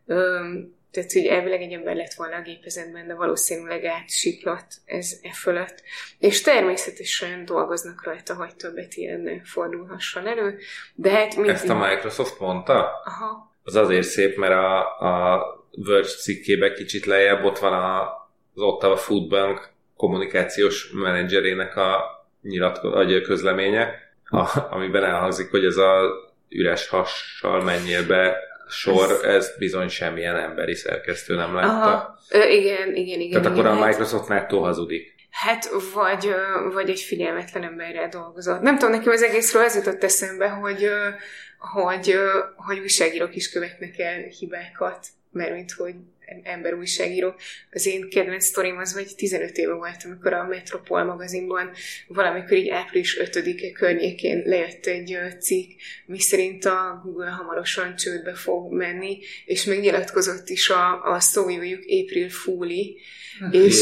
Tehát, hogy elvileg egy ember lett volna a gépezetben, de valószínűleg átsiklott ez e fölött. És természetesen dolgoznak rajta, hogy többet ilyen ne fordulhasson elő. De hát mindig... Ezt a Microsoft mondta? Aha. Az azért szép, mert a, a Verge cikkében kicsit lejjebb ott van a, az Ottawa Food Bank kommunikációs menedzserének a nyilatkozat, közleménye, a, amiben elhangzik, hogy ez a üres hassal menjél be sor, ez, ez bizony semmilyen emberi szerkesztő nem látta. Aha. Ö, igen, igen, igen. Tehát igen, akkor a hát, Microsoft nettó hazudik. Hát, vagy, vagy egy figyelmetlen emberrel dolgozott. Nem tudom, nekem az egészről az jutott eszembe, hogy, hogy, hogy újságírók is követnek el hibákat, mert hogy ember újságíró. Az én kedvenc sztorim az, vagy tizenöt éve volt, amikor a Metropol magazinban valamikor így április ötödike környékén lejött egy cikk, miszerint a Google hamarosan csődbe fog menni, és megnyilatkozott is a, a szójójuk April Fool-i, és,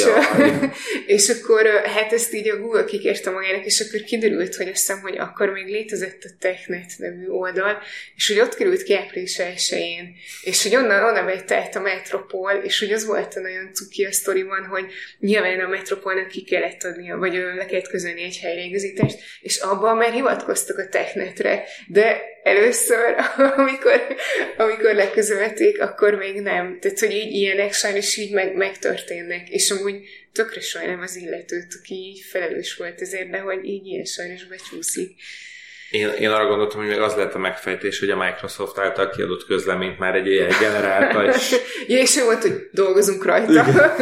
és akkor hát ezt így a Google kikérte magának, és akkor kiderült, hogy azt hiszem, hogy akkor még létezett a TechNet nevű oldal, és hogy ott került ki április elsején, és hogy onnan, onnan vett át a Metropol, és hogy az volt a nagyon cuki a sztoriban, hogy nyilván a Metropolnak ki kellett adnia, vagy le kellett közölni egy helyreigazítást, és abban már hivatkoztak a TechNetre, de először, amikor, amikor leközölték, akkor még nem. Tehát, hogy így ilyenek sajnos így meg, megtörténnek. És amúgy tökre sajnálom az illetőt, aki így felelős volt ezért, de hogy így ilyen sajnos becsúszik. Én, én arra gondoltam, hogy még az lett a megfejtés, hogy a Microsoft által kiadott közleményt már egy á i generálta. És... ja, és ő volt, hogy dolgozunk rajta.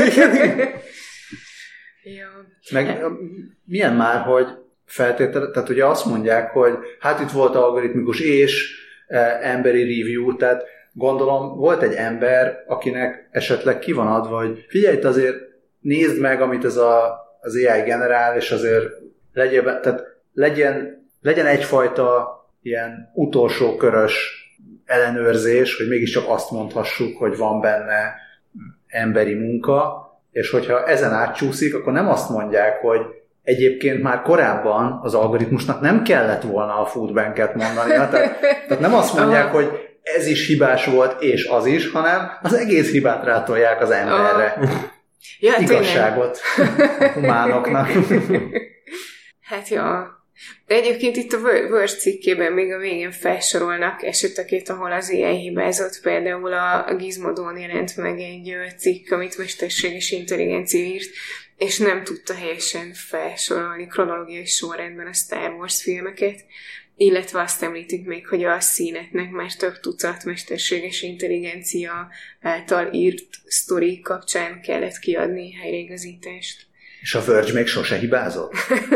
ja. Meg milyen már, hogy feltétele, tehát ugye azt mondják, hogy hát itt volt algoritmikus és e, emberi review, tehát gondolom volt egy ember, akinek esetleg ki van adva, hogy figyelj, azért nézd meg, amit ez a, az á i generál, és azért legyen, tehát legyen, legyen egyfajta ilyen utolsó körös ellenőrzés, hogy mégiscsak azt mondhassuk, hogy van benne emberi munka, és hogyha ezen átcsúszik, akkor nem azt mondják, hogy egyébként már korábban az algoritmusnak nem kellett volna a foodbanket mondani. Tehát, tehát nem azt mondják, hogy ez is hibás volt, és az is, hanem az egész hibát rátolják az emberre. Ja, igazságot a humánoknak. Hát ja, De egyébként itt a Verge cikkében még a végén felsorolnak eseteket, ahol az á i hibázott. Például a Gizmodon jelent meg egy cikk, amit mesterséges intelligencia írt, és nem tudta helyesen felsorolni kronológiai sorrendben a Star Wars filmeket, illetve azt említik még, hogy a színetnek már több tucat mesterséges intelligencia által írt sztori kapcsán kellett kiadni helyreigazítást. És a Verge még sose hibázott?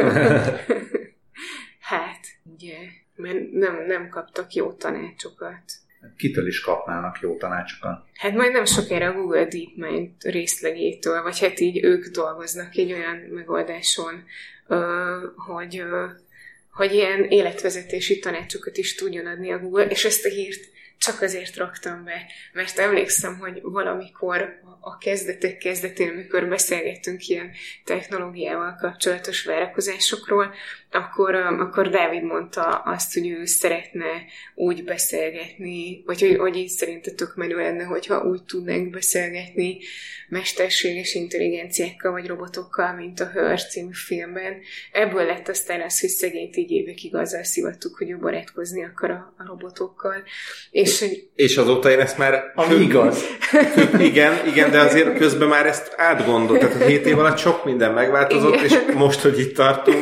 Hát, ugye, mert nem, nem kaptak jó tanácsokat. Kitől is kapnának jó tanácsokat? Hát majd nem sokára a Google DeepMind részlegétől, vagy hát így ők dolgoznak egy olyan megoldáson, hogy, hogy ilyen életvezetési tanácsokat is tudjon adni a Google, és ezt a hírt csak azért raktam be, mert emlékszem, hogy valamikor a kezdetek kezdetén, amikor beszélgettünk ilyen technológiával kapcsolatos várakozásokról, akkor, akkor Dávid mondta azt, hogy ő szeretne úgy beszélgetni, vagy hogy, hogy így szerintem tök menő lenne, hogyha úgy tudnánk beszélgetni mesterséges intelligenciákkal vagy robotokkal, mint a Her című filmben. Ebből lett aztán az, hogy szegényt így évekig azzal szivattuk, hogy ő barátkozni akar a, a robotokkal. És, és azóta én ezt már... Ami kö... igaz. Kö... Igen, igen, de azért közben már ezt átgondolt. Tehát a hét év alatt sok minden megváltozott, igen. És most, hogy itt tartunk,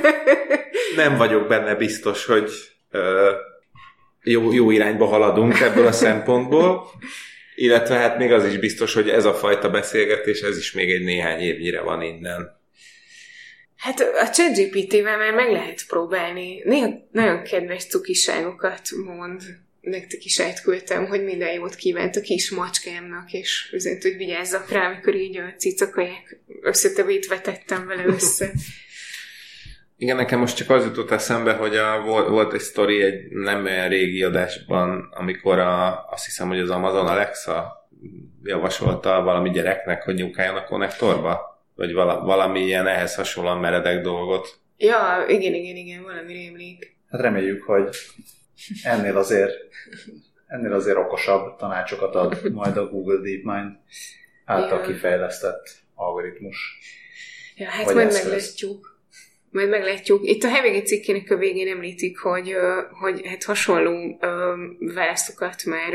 nem vagyok benne biztos, hogy ö, jó, jó irányba haladunk ebből a szempontból, illetve hát még az is biztos, hogy ez a fajta beszélgetés, ez is még egy néhány évnyire van innen. Hát a ChatGPT-vel már meg lehet próbálni. Néha nagyon kedves cukiságokat mond. Nektek is átküldtem, hogy minden jót kívánt a kis macskámnak, és üzent, hogy vigyázzak rá, amikor így a cicakaják összetevítve tettem vele össze. Igen, nekem most csak az jutott eszembe, hogy a, volt egy sztori egy nem olyan régi adásban, amikor a, azt hiszem, hogy az Amazon Alexa javasolta valami gyereknek, hogy nyúkáljon a konnektorba, vagy vala, valami ilyen ehhez hasonlóan meredek dolgot. Ja, igen, igen, igen, valami rémlik. Hát reméljük, hogy ennél azért, ennél azért okosabb tanácsokat ad majd a Google DeepMind által ja. kifejlesztett algoritmus. Ja, hát vagy majd meglátjuk. Majd meglátjuk. Itt a Hevegi cikkének a végén említik, hogy, hogy hát hasonló válaszokat már,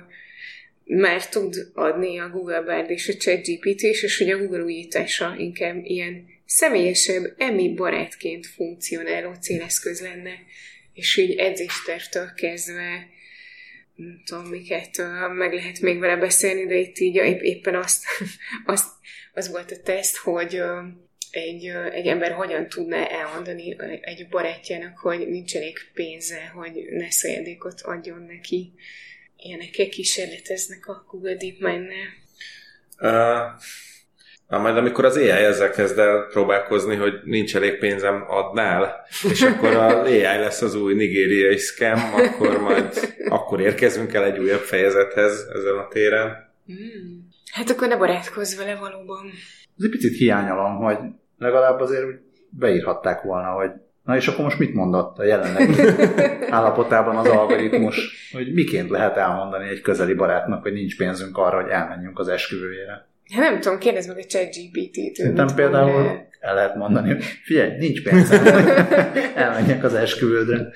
már tud adni a Google Bard és a ChatGPT, és hogy a Google újítása inkább ilyen személyesebb, emi barátként funkcionáló céleszköz lenne. És így edzéstervtől kezdve nem tudom, miket meg lehet még vele beszélni, de itt így éppen azt, azt, az volt a teszt, hogy egy, egy ember hogyan tudná elmondani egy barátjának, hogy nincs elég pénze, hogy ne ajándékot adjon neki. Ilyenekkel kísérleteznek a Google DeepMind-nál. Uh, majd amikor az á i ezzel kezd el próbálkozni, hogy nincs elég pénzem, adnál, és akkor az á i lesz az új nigériai scam, akkor majd akkor érkezünk el egy újabb fejezethez ezen a téren. Mm. Hát akkor ne barátkozz vele valóban. Ez egy picit hiányolom, hogy legalább azért úgy beírhatták volna, hogy na és akkor most mit mondott a jelenlegi állapotában az algoritmus, hogy miként lehet elmondani egy közeli barátnak, hogy nincs pénzünk arra, hogy elmenjünk az esküvőjére. Hát nem tudom, kérdezd meg a ChatGPT-t. Szerintem például el... el lehet mondani, hogy figyelj, nincs pénzem, elmenjek az esküvődre.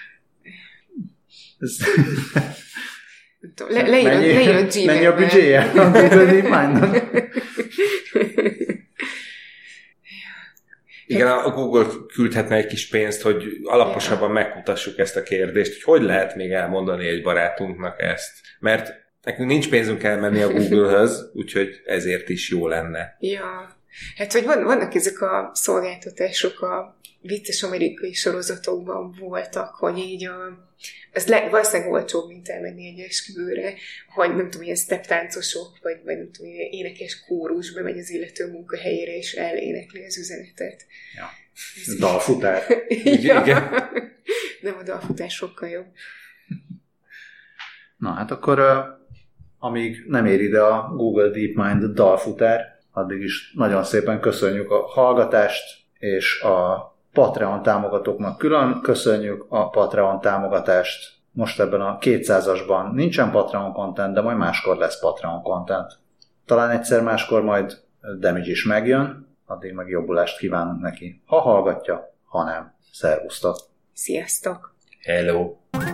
Ez... Le, leír, mennyi, leír a Gmailben. Mennyi a büdzséje a Google DeepMind-nak? Igen, a Google küldhetne egy kis pénzt, hogy alaposabban megkutassuk ezt a kérdést, hogy hogy lehet még elmondani egy barátunknak ezt. Mert nekünk nincs pénzünk elmenni a Google-höz, úgyhogy ezért is jó lenne. Ja, hát hogy vannak ezek a szolgáltatások a vicces amerikai sorozatokban voltak, hogy így a, ez le, valószínűleg olcsóbb, mint elmenni egy esküvőre, hogy nem tudom, ilyen steptáncosok, vagy, vagy nem tudom, ilyen énekes kórus bemegy az illető munkahelyére, és elénekli az üzenetet. Ja. Dalfutár. Ja. Igen. Nem, a dalfutár sokkal jobb. Na hát akkor, amíg nem ér ide a Google DeepMind dalfutár, addig is nagyon szépen köszönjük a hallgatást, és a Patreon támogatóknak külön köszönjük a Patreon támogatást. Most ebben a kétszázasban nincsen Patreon content, de majd máskor lesz Patreon content. Talán egyszer máskor majd Damage is megjön, addig meg jobbulást kívánunk neki. Ha hallgatja, hanem szervusztok! Sziasztok! Hello!